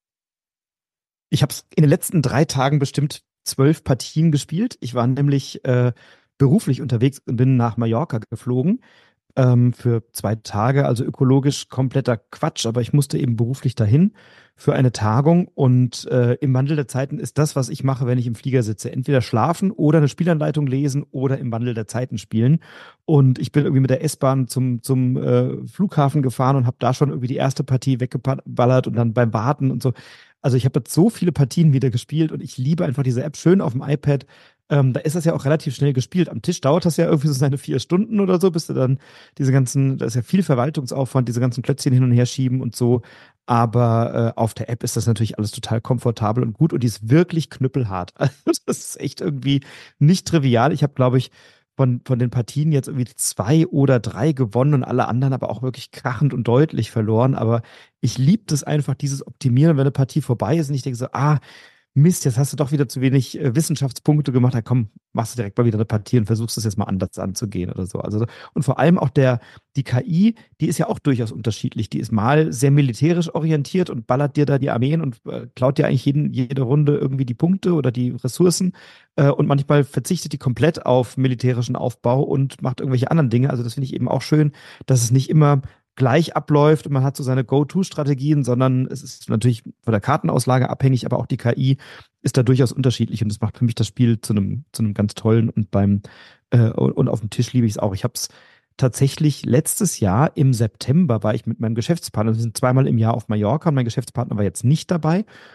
Ich habe in den letzten drei Tagen bestimmt zwölf Partien gespielt. Ich war nämlich äh, beruflich unterwegs und bin nach Mallorca geflogen ähm, für zwei Tage. Also ökologisch kompletter Quatsch, aber ich musste eben beruflich dahin für eine Tagung. Und äh, im Wandel der Zeiten ist das, was ich mache, wenn ich im Flieger sitze. Entweder schlafen oder eine Spielanleitung lesen oder im Wandel der Zeiten spielen. Und ich bin irgendwie mit der S-Bahn zum, zum äh, Flughafen gefahren und habe da schon irgendwie die erste Partie weggeballert und dann beim Warten und so. Also ich habe jetzt so viele Partien wieder gespielt und ich liebe einfach diese App schön auf dem iPad. Ähm, da ist das ja auch relativ schnell gespielt. Am Tisch dauert das ja irgendwie so seine vier Stunden oder so, bis du dann diese ganzen, da ist ja viel Verwaltungsaufwand, diese ganzen Klötzchen hin und her schieben und so. Aber äh, auf der App ist das natürlich alles total komfortabel und gut und die ist wirklich knüppelhart. Also das ist echt irgendwie nicht trivial. Ich habe, glaube ich, von, von den Partien jetzt irgendwie zwei oder drei gewonnen und alle anderen aber auch wirklich krachend und deutlich verloren. Aber ich liebe das einfach, dieses Optimieren, wenn eine Partie vorbei ist und ich denke so, ah, Mist, jetzt hast du doch wieder zu wenig äh, Wissenschaftspunkte gemacht. Na komm, machst du direkt mal wieder eine Partie und versuchst es jetzt mal anders anzugehen oder so. Also, und vor allem auch der, die K I, die ist ja auch durchaus unterschiedlich. Die ist mal sehr militärisch orientiert und ballert dir da die Armeen und äh, klaut dir eigentlich jeden, jede Runde irgendwie die Punkte oder die Ressourcen. Äh, und manchmal verzichtet die komplett auf militärischen Aufbau und macht irgendwelche anderen Dinge. Also das finde ich eben auch schön, dass es nicht immer gleich abläuft und man hat so seine Go-To-Strategien, sondern es ist natürlich von der Kartenauslage abhängig, aber auch die K I ist da durchaus unterschiedlich und das macht für mich das Spiel zu einem zu einem ganz tollen und beim äh, und auf dem Tisch liebe ich es auch. Ich habe es tatsächlich letztes Jahr im September war ich mit meinem Geschäftspartner, wir sind zweimal im Jahr auf Mallorca und mein Geschäftspartner war jetzt nicht dabei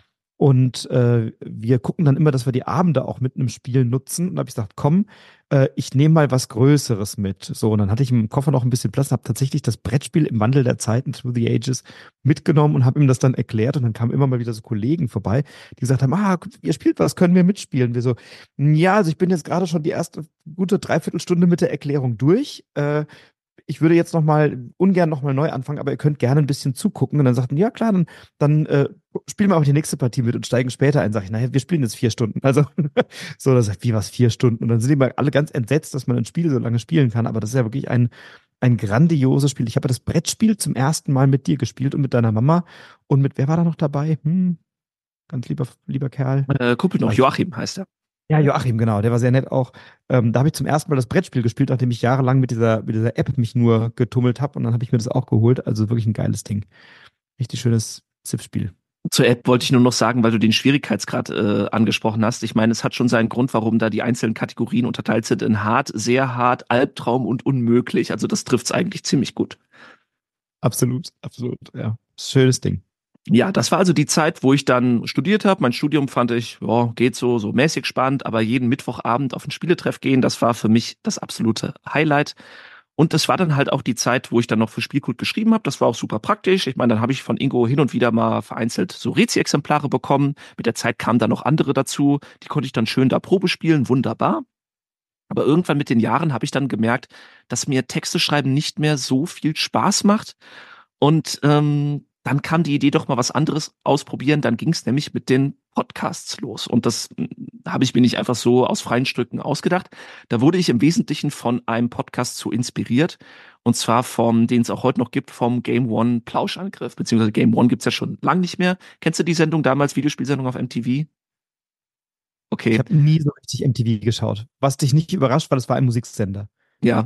Und äh, wir gucken dann immer, dass wir die Abende auch mit einem Spiel nutzen. Und da habe ich gesagt, komm, äh, ich nehme mal was Größeres mit. So, und dann hatte ich im Koffer noch ein bisschen Platz und habe tatsächlich das Brettspiel im Wandel der Zeiten, Through the Ages, mitgenommen und habe ihm das dann erklärt. Und dann kamen immer mal wieder so Kollegen vorbei, die gesagt haben, ah, ihr spielt was, können wir mitspielen? Wir so, ja, also ich bin jetzt gerade schon die erste gute Dreiviertelstunde mit der Erklärung durch. Äh, ich würde jetzt noch mal ungern noch mal neu anfangen, aber ihr könnt gerne ein bisschen zugucken. Und dann sagten, ja klar, dann, dann äh, spielen wir auch die nächste Partie mit und steigen später ein. Sag ich, naja, wir spielen jetzt vier Stunden. Also so, da sagt, wie was, vier Stunden? Und dann sind die mal alle ganz entsetzt, dass man ein Spiel so lange spielen kann. Aber das ist ja wirklich ein, ein grandioses Spiel. Ich habe das Brettspiel zum ersten Mal mit dir gespielt und mit deiner Mama. Und mit, wer war da noch dabei? Hm, ganz lieber, lieber Kerl. Äh, Kumpel noch, Joachim heißt er. Ja, Joachim, genau, der war sehr nett auch. Ähm, da habe ich zum ersten Mal das Brettspiel gespielt, nachdem ich jahrelang mit dieser, mit dieser App mich nur getummelt habe. Und dann habe ich mir das auch geholt. Also wirklich ein geiles Ding. Richtig schönes Ziff-Spiel. Zur App wollte ich nur noch sagen, weil du den Schwierigkeitsgrad äh, angesprochen hast. Ich meine, es hat schon seinen Grund, warum da die einzelnen Kategorien unterteilt sind in hart, sehr hart, Albtraum und unmöglich. Also das trifft's eigentlich ziemlich gut. Absolut, absolut, ja. Schönes Ding. Ja, das war also die Zeit, wo ich dann studiert habe. Mein Studium fand ich, ja, geht so, so mäßig spannend, aber jeden Mittwochabend auf ein Spieletreff gehen, das war für mich das absolute Highlight. Und das war dann halt auch die Zeit, wo ich dann noch für Spielkult geschrieben habe. Das war auch super praktisch. Ich meine, dann habe ich von Ingo hin und wieder mal vereinzelt so Rezi-Exemplare bekommen. Mit der Zeit kamen dann noch andere dazu. Die konnte ich dann schön da Probe spielen. Wunderbar. Aber irgendwann mit den Jahren habe ich dann gemerkt, dass mir Texte schreiben nicht mehr so viel Spaß macht. Und ähm, dann kam die Idee, doch mal was anderes ausprobieren. Dann ging es nämlich mit den Podcasts los. Und das mh, habe ich mir nicht einfach so aus freien Stücken ausgedacht. Da wurde ich im Wesentlichen von einem Podcast so inspiriert. Und zwar vom, den es auch heute noch gibt, vom Game One Plauschangriff. Beziehungsweise Game One gibt's ja schon lang nicht mehr. Kennst du die Sendung damals, Videospielsendung auf M T V? Ich Okay. habe nie so richtig M T V geschaut. Was dich nicht überrascht, weil es war ein Musiksender. Ja,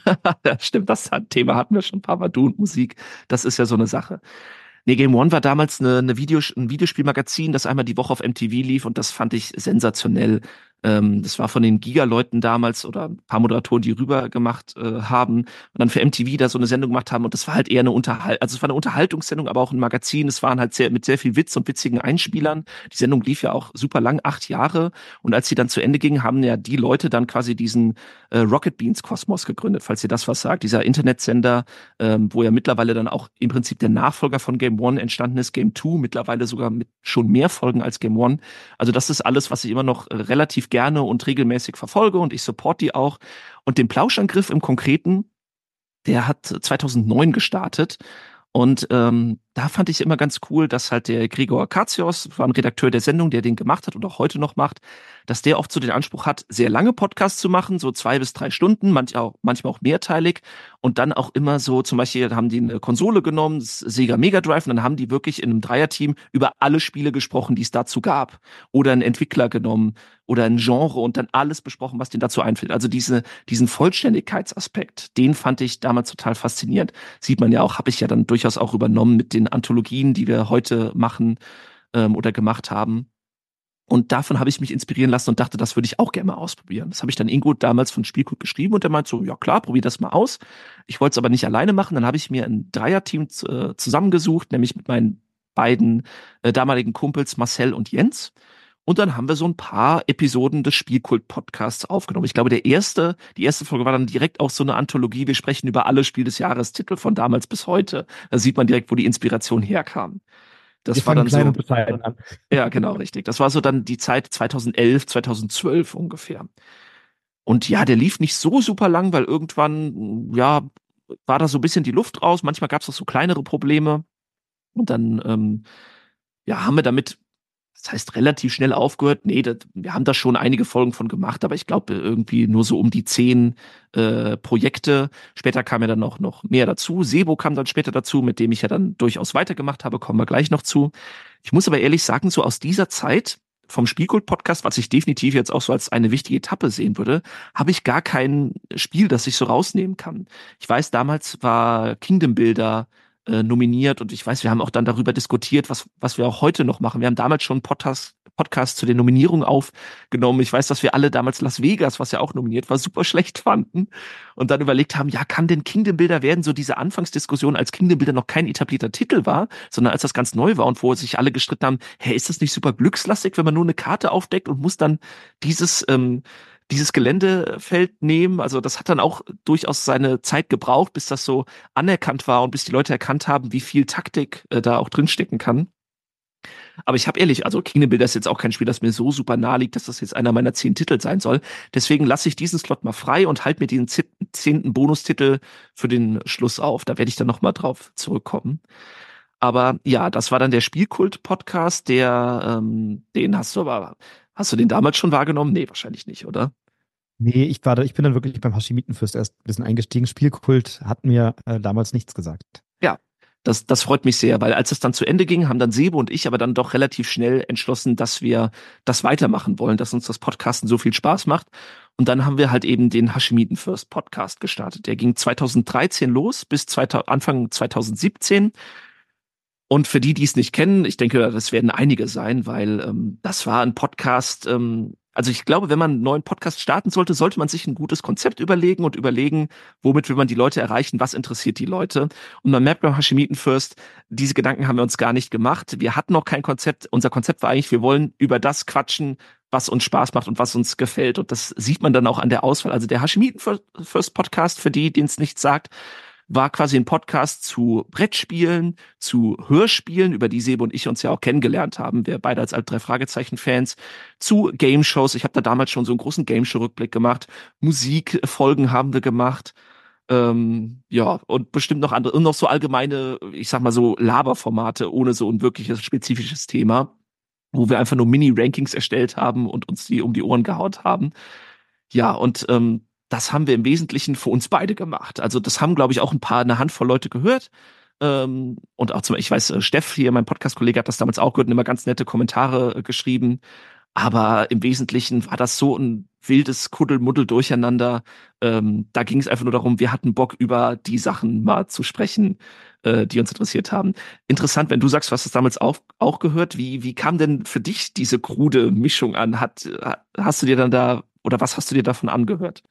das stimmt, das Thema hatten wir schon ein paar Mal, du und Musik, das ist ja so eine Sache. Nee, Game One war damals eine, eine Video, ein Videospielmagazin, das einmal die Woche auf M T V lief und das fand ich sensationell. Ähm, das war von den Giga-Leuten damals oder ein paar Moderatoren, die rüber gemacht äh, haben und dann für M T V da so eine Sendung gemacht haben und das war halt eher eine Unterhalt, also es war eine Unterhaltungssendung, aber auch ein Magazin. Es waren halt sehr mit sehr viel Witz und witzigen Einspielern. Die Sendung lief ja auch super lang, acht Jahre und als sie dann zu Ende ging, haben ja die Leute dann quasi diesen äh, Rocket Beans Kosmos gegründet, falls ihr das was sagt, dieser Internetsender, ähm, wo ja mittlerweile dann auch im Prinzip der Nachfolger von Game One entstanden ist, Game Two, mittlerweile sogar mit schon mehr Folgen als Game One. Also das ist alles, was ich immer noch äh, relativ gerne und regelmäßig verfolge und ich support die auch. Und den Plauschangriff im Konkreten, der hat zweitausendneun gestartet. Und ähm, da fand ich immer ganz cool, dass halt der Gregor Katsios, war ein Redakteur der Sendung, der den gemacht hat und auch heute noch macht, dass der oft so den Anspruch hat, sehr lange Podcasts zu machen, so zwei bis drei Stunden, manchmal auch, manchmal auch mehrteilig und dann auch immer so, zum Beispiel haben die eine Konsole genommen, das Sega Mega Drive, und dann haben die wirklich in einem Dreierteam über alle Spiele gesprochen, die es dazu gab oder einen Entwickler genommen oder ein Genre und dann alles besprochen, was denen dazu einfällt. Also diese, diesen Vollständigkeitsaspekt, den fand ich damals total faszinierend. Sieht man ja auch, habe ich ja dann durchaus auch übernommen mit den Anthologien, die wir heute machen ähm, oder gemacht haben. Und davon habe ich mich inspirieren lassen und dachte, das würde ich auch gerne mal ausprobieren. Das habe ich dann Ingo damals von Spielgut geschrieben und der meint so, ja klar, probier das mal aus. Ich wollte es aber nicht alleine machen. Dann habe ich mir ein Dreierteam äh, zusammengesucht, nämlich mit meinen beiden äh, damaligen Kumpels Marcel und Jens. Und dann haben wir so ein paar Episoden des Spielkult-Podcasts aufgenommen. Ich glaube, der erste, die erste Folge war dann direkt auch so eine Anthologie. Wir sprechen über alle Spiel des Jahres, Titel von damals bis heute. Da sieht man direkt, wo die Inspiration herkam. Das Wir war fangen dann klein so. und bescheiden an. Ja, genau, richtig. Das war so dann die Zeit zweitausendelf, zweitausendzwölf ungefähr. Und ja, der lief nicht so super lang, weil irgendwann, ja, war da so ein bisschen die Luft raus. Manchmal gab es auch so kleinere Probleme. Und dann, ähm, ja, haben wir damit, das heißt, relativ schnell aufgehört. Nee, das, wir haben da schon einige Folgen von gemacht, aber ich glaube irgendwie nur so um die zehn äh, Projekte. Später kam ja dann auch noch mehr dazu. Sebo kam dann später dazu, mit dem ich ja dann durchaus weitergemacht habe, kommen wir gleich noch zu. Ich muss aber ehrlich sagen, so aus dieser Zeit vom Spielkult-Podcast, was ich definitiv jetzt auch so als eine wichtige Etappe sehen würde, habe ich gar kein Spiel, das ich so rausnehmen kann. Ich weiß, damals war Kingdom Builder äh, nominiert und ich weiß, wir haben auch dann darüber diskutiert, was, was wir auch heute noch machen. Wir haben damals schon einen Podcast, Podcast zu den Nominierungen aufgenommen. Ich weiß, dass wir alle damals Las Vegas, was ja auch nominiert war, super schlecht fanden und dann überlegt haben, ja, kann denn Kingdom Builder werden? So diese Anfangsdiskussion, als Kingdom Builder noch kein etablierter Titel war, sondern als das ganz neu war und wo sich alle gestritten haben, hä, ist das nicht super glückslastig, wenn man nur eine Karte aufdeckt und muss dann dieses ähm, dieses Geländefeld nehmen? Also das hat dann auch durchaus seine Zeit gebraucht, bis das so anerkannt war und bis die Leute erkannt haben, wie viel Taktik äh, da auch drinstecken kann. Aber ich habe ehrlich, also Kingdom Builder ist jetzt auch kein Spiel, das mir so super nahe liegt, dass das jetzt einer meiner zehn Titel sein soll. Deswegen lasse ich diesen Slot mal frei und halte mir den zehnten Bonustitel für den Schluss auf. Da werde ich dann nochmal drauf zurückkommen. Aber ja, das war dann der Spielkult-Podcast, der, ähm, den hast du aber, hast du den damals schon wahrgenommen? Nee, wahrscheinlich nicht, oder? Nee, ich war da, ich bin dann wirklich beim Hashimitenfürst erst ein bisschen eingestiegen. Spielkult hat mir äh, damals nichts gesagt. Ja, das, das freut mich sehr, weil als es dann zu Ende ging, haben dann Sebo und ich aber dann doch relativ schnell entschlossen, dass wir das weitermachen wollen, dass uns das Podcasten so viel Spaß macht. Und dann haben wir halt eben den Hashimiten First Podcast gestartet. Der ging zweitausenddreizehn los bis zweitausend, Anfang zweitausendsiebzehn. Und für die, die es nicht kennen, ich denke, das werden einige sein, weil ähm, das war ein Podcast. Ähm, also ich glaube, wenn man einen neuen Podcast starten sollte, sollte man sich ein gutes Konzept überlegen und überlegen, womit will man die Leute erreichen, was interessiert die Leute. Und man merkt beim Hashimiten First, diese Gedanken haben wir uns gar nicht gemacht. Wir hatten noch kein Konzept. Unser Konzept war eigentlich, wir wollen über das quatschen, was uns Spaß macht und was uns gefällt. Und das sieht man dann auch an der Auswahl. Also der Hashimiten First Podcast, für die, denen es nichts sagt, war quasi ein Podcast zu Brettspielen, zu Hörspielen, über die Sebo und ich uns ja auch kennengelernt haben, wir beide als drei Fragezeichen-Fans, zu Game-Shows. Ich habe da damals schon so einen großen Game-Show-Rückblick gemacht. Musikfolgen haben wir gemacht. Ähm, ja, und bestimmt noch andere, und noch so allgemeine, ich sag mal so Laberformate, ohne so ein wirkliches spezifisches Thema, wo wir einfach nur Mini-Rankings erstellt haben und uns die um die Ohren gehaut haben. Ja, und ähm, das haben wir im Wesentlichen für uns beide gemacht. Also das haben, glaube ich, auch ein paar, eine Handvoll Leute gehört. Ähm, und auch zum ich weiß, äh, Steff hier, mein Podcast-Kollege, hat das damals auch gehört und immer ganz nette Kommentare äh, geschrieben. Aber im Wesentlichen war das so ein wildes Kuddelmuddel durcheinander. Ähm, da ging es einfach nur darum, wir hatten Bock, über die Sachen mal zu sprechen, äh, die uns interessiert haben. Interessant, wenn du sagst, du hast das damals auch, auch gehört. Wie, wie kam denn für dich diese krude Mischung an? Hat, hast du dir dann da, oder was hast du dir davon angehört?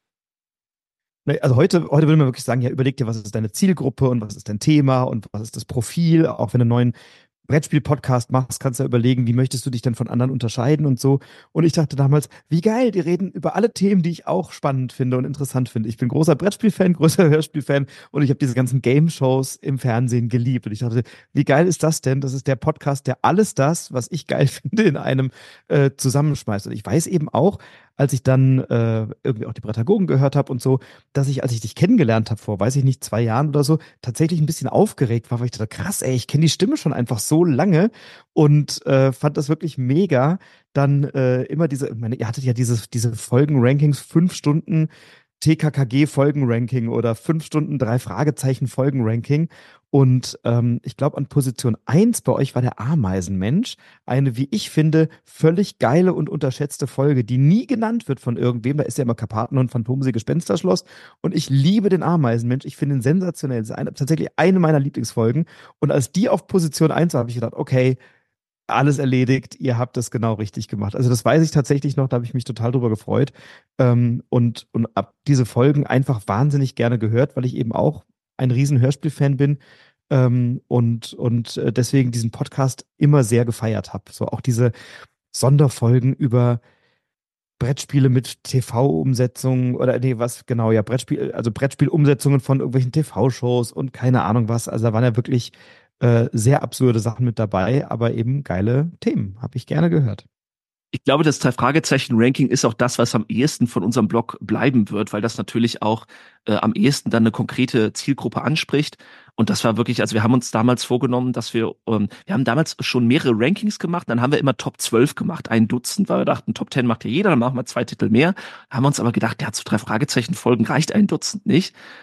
Nee, also heute, heute würde man wirklich sagen, ja, überleg dir, was ist deine Zielgruppe und was ist dein Thema und was ist das Profil. Auch wenn du einen neuen Brettspiel-Podcast machst, kannst du ja überlegen, wie möchtest du dich denn von anderen unterscheiden und so. Und ich dachte damals, wie geil, die reden über alle Themen, die ich auch spannend finde und interessant finde. Ich bin großer Brettspiel-Fan, großer Hörspiel-Fan und ich habe diese ganzen Game-Shows im Fernsehen geliebt. Und ich dachte, wie geil ist das denn? Das ist der Podcast, der alles das, was ich geil finde, in einem äh, zusammenschmeißt. Und ich weiß eben auch, als ich dann äh, irgendwie auch die Prädagogen gehört habe und so, dass ich, als ich dich kennengelernt habe vor, weiß ich nicht, zwei Jahren oder so, tatsächlich ein bisschen aufgeregt war, weil ich dachte, krass, ey, ich kenne die Stimme schon einfach so lange und äh, fand das wirklich mega. Dann äh, immer diese, ich meine, ihr hattet ja dieses, diese Folgen-Rankings, fünf Stunden T K K G-Folgen-Ranking oder fünf Stunden drei Fragezeichen-Folgen-Ranking. Und ähm, ich glaube, an Position eins bei euch war der Ameisenmensch. Eine, wie ich finde, völlig geile und unterschätzte Folge, die nie genannt wird von irgendwem. Da ist ja immer Karpaten und Phantomsee Gespensterschloss. Und ich liebe den Ameisenmensch. Ich finde ihn sensationell. Das ist eine, tatsächlich eine meiner Lieblingsfolgen. Und als die auf Position eins war, habe ich gedacht, okay, alles erledigt, ihr habt das genau richtig gemacht. Also das weiß ich tatsächlich noch, da habe ich mich total drüber gefreut. Ähm, und, und ab diese Folgen einfach wahnsinnig gerne gehört, weil ich eben auch ein riesen Hörspielfan bin ähm, und, und äh, deswegen diesen Podcast immer sehr gefeiert habe. So auch diese Sonderfolgen über Brettspiele mit T V-Umsetzungen oder nee, was genau, ja, Brettspiel, also Brettspielumsetzungen von irgendwelchen T V-Shows und keine Ahnung was. Also da waren ja wirklich äh, sehr absurde Sachen mit dabei, aber eben geile Themen. Habe ich gerne gehört. Ich glaube, das Drei-Fragezeichen-Ranking ist auch das, was am ehesten von unserem Blog bleiben wird, weil das natürlich auch äh, am ehesten dann eine konkrete Zielgruppe anspricht. Und das war wirklich, also wir haben uns damals vorgenommen, dass wir, ähm, wir haben damals schon mehrere Rankings gemacht, dann haben wir immer Top zwölf gemacht, ein Dutzend, weil wir dachten, Top zehn macht ja jeder, dann machen wir zwei Titel mehr. Haben wir uns aber gedacht, ja, zu Drei-Fragezeichen-Folgen reicht ein Dutzend nicht.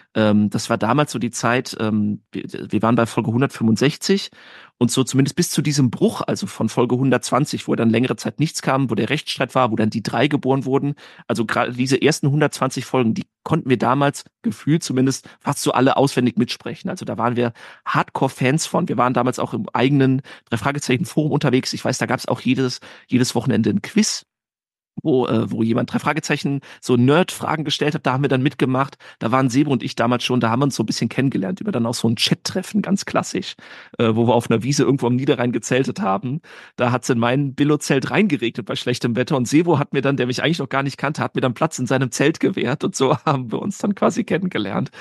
Ähm, das war damals so die Zeit, ähm, wir, wir waren bei Folge hundertfünfundsechzig und so zumindest bis zu diesem Bruch, also von Folge hundertzwanzig, wo dann längere Zeit nichts kam, wo der Rechtsstreit war, wo dann die drei geboren wurden. Also gerade diese ersten hundertzwanzig Folgen, die konnten wir damals gefühlt zumindest fast so alle auswendig mitsprechen. Also da waren wir Hardcore-Fans von. Wir waren damals auch im eigenen Drei-Fragezeichen-Forum unterwegs. Ich weiß, da gab es auch jedes, jedes Wochenende ein Quiz, wo, äh, wo jemand drei Fragezeichen so Nerd-Fragen gestellt hat, da haben wir dann mitgemacht. Da waren Sebo und ich damals schon, da haben wir uns so ein bisschen kennengelernt, über dann auch so ein Chat-Treffen, ganz klassisch, äh, wo wir auf einer Wiese irgendwo am Niederrhein gezeltet haben. Da hat's in mein Billo-Zelt reingeregnet bei schlechtem Wetter und Sebo hat mir dann, der mich eigentlich noch gar nicht kannte, hat mir dann Platz in seinem Zelt gewährt und so haben wir uns dann quasi kennengelernt.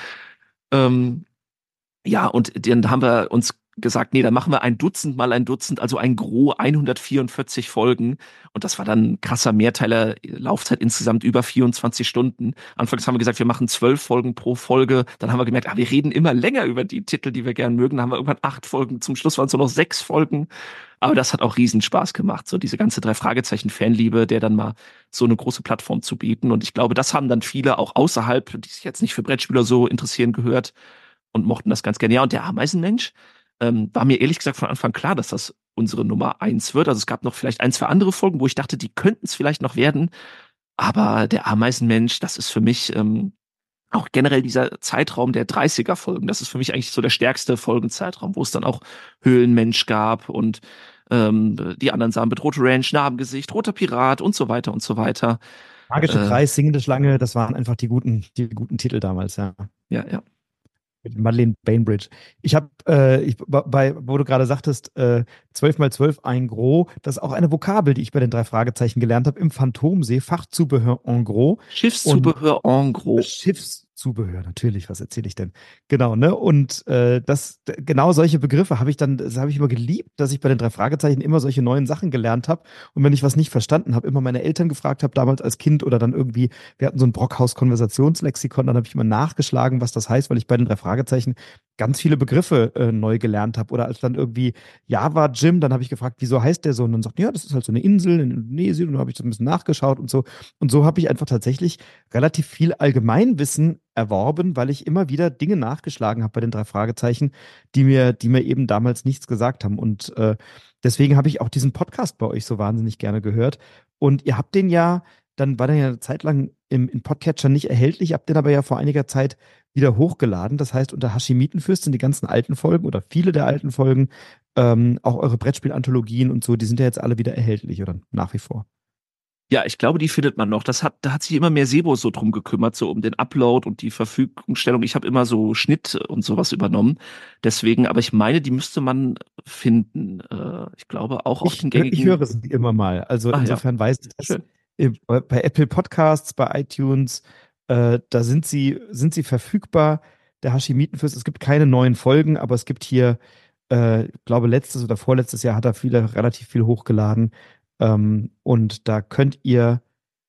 Ähm, ja, und dann haben wir uns gesagt, nee, dann machen wir ein Dutzend mal ein Dutzend, also ein Gros hundertvierundvierzig Folgen. Und das war dann ein krasser Mehrteiler, Laufzeit insgesamt über vierundzwanzig Stunden. Anfangs haben wir gesagt, wir machen zwölf Folgen pro Folge. Dann haben wir gemerkt, ah, wir reden immer länger über die Titel, die wir gern mögen. Dann haben wir irgendwann acht Folgen. Zum Schluss waren es nur noch sechs Folgen. Aber das hat auch riesen Spaß gemacht, so diese ganze Drei-Fragezeichen-Fanliebe, der dann mal so eine große Plattform zu bieten. Und ich glaube, das haben dann viele auch außerhalb, die sich jetzt nicht für Brettspieler so interessieren, gehört und mochten das ganz gerne. Ja, und der Ameisenmensch, ähm, war mir ehrlich gesagt von Anfang klar, dass das unsere Nummer eins wird. Also es gab noch vielleicht ein, zwei andere Folgen, wo ich dachte, die könnten es vielleicht noch werden. Aber der Ameisenmensch, das ist für mich ähm, auch generell dieser Zeitraum der dreißiger Folgen. Das ist für mich eigentlich so der stärkste Folgenzeitraum, wo es dann auch Höhlenmensch gab und ähm, die anderen sagen bedrohte Ranch, Narbengesicht, roter Pirat und so weiter und so weiter. Magische Äh, Kreis, singende Schlange, das waren einfach die guten, die guten Titel damals, ja. ja, ja. Mit Madeleine Bainbridge. Ich habe, äh, ich, bei, wo du gerade sagtest, äh, zwölf mal zwölf ein Gros, das ist auch eine Vokabel, die ich bei den drei Fragezeichen gelernt habe, im Phantomsee, Fachzubehör en gros. Schiffszubehör en gros. Schiffszubehör, natürlich, was erzähle ich denn? Genau, ne? Und äh, das, genau solche Begriffe habe ich dann, das habe ich immer geliebt, dass ich bei den drei Fragezeichen immer solche neuen Sachen gelernt habe. Und wenn ich was nicht verstanden habe, immer meine Eltern gefragt habe, damals als Kind oder dann irgendwie, wir hatten so ein Brockhaus-Konversationslexikon, dann habe ich immer nachgeschlagen, was das heißt, weil ich bei den drei Fragezeichen ganz viele Begriffe äh, neu gelernt habe. Oder als dann irgendwie Java Jim, dann habe ich gefragt, wieso heißt der so? Und dann sagt, ja, das ist halt so eine Insel in Indonesien. Und dann habe ich das ein bisschen nachgeschaut und so. Und so habe ich einfach tatsächlich relativ viel Allgemeinwissen erworben, weil ich immer wieder Dinge nachgeschlagen habe bei den drei Fragezeichen, die mir, die mir eben damals nichts gesagt haben. Und äh, deswegen habe ich auch diesen Podcast bei euch so wahnsinnig gerne gehört. Und ihr habt den ja, dann war der ja eine Zeit lang im, im Podcatcher nicht erhältlich, habt den aber ja vor einiger Zeit wieder hochgeladen. Das heißt, unter Hashimitenfürst sind die ganzen alten Folgen oder viele der alten Folgen, ähm, auch eure Brettspiel-Anthologien und so, die sind ja jetzt alle wieder erhältlich oder nach wie vor. Ja, ich glaube, die findet man noch. Das hat, da hat sich immer mehr Sebo so drum gekümmert, so um den Upload und die Verfügungstellung. Ich habe immer so Schnitt und sowas übernommen. Deswegen, aber ich meine, die müsste man finden. Äh, ich glaube auch auf Ich, den ich gängigen. höre es immer mal. Also Ach ja, insofern weiß ich das. schön. Äh, Bei bei Apple Podcasts, bei iTunes, äh, da sind sie, sind sie verfügbar. Der Hashimitenfürst, es gibt keine neuen Folgen, aber es gibt hier, äh, ich glaube, letztes oder vorletztes Jahr hat er viele, relativ viel hochgeladen. Ähm, und da könnt ihr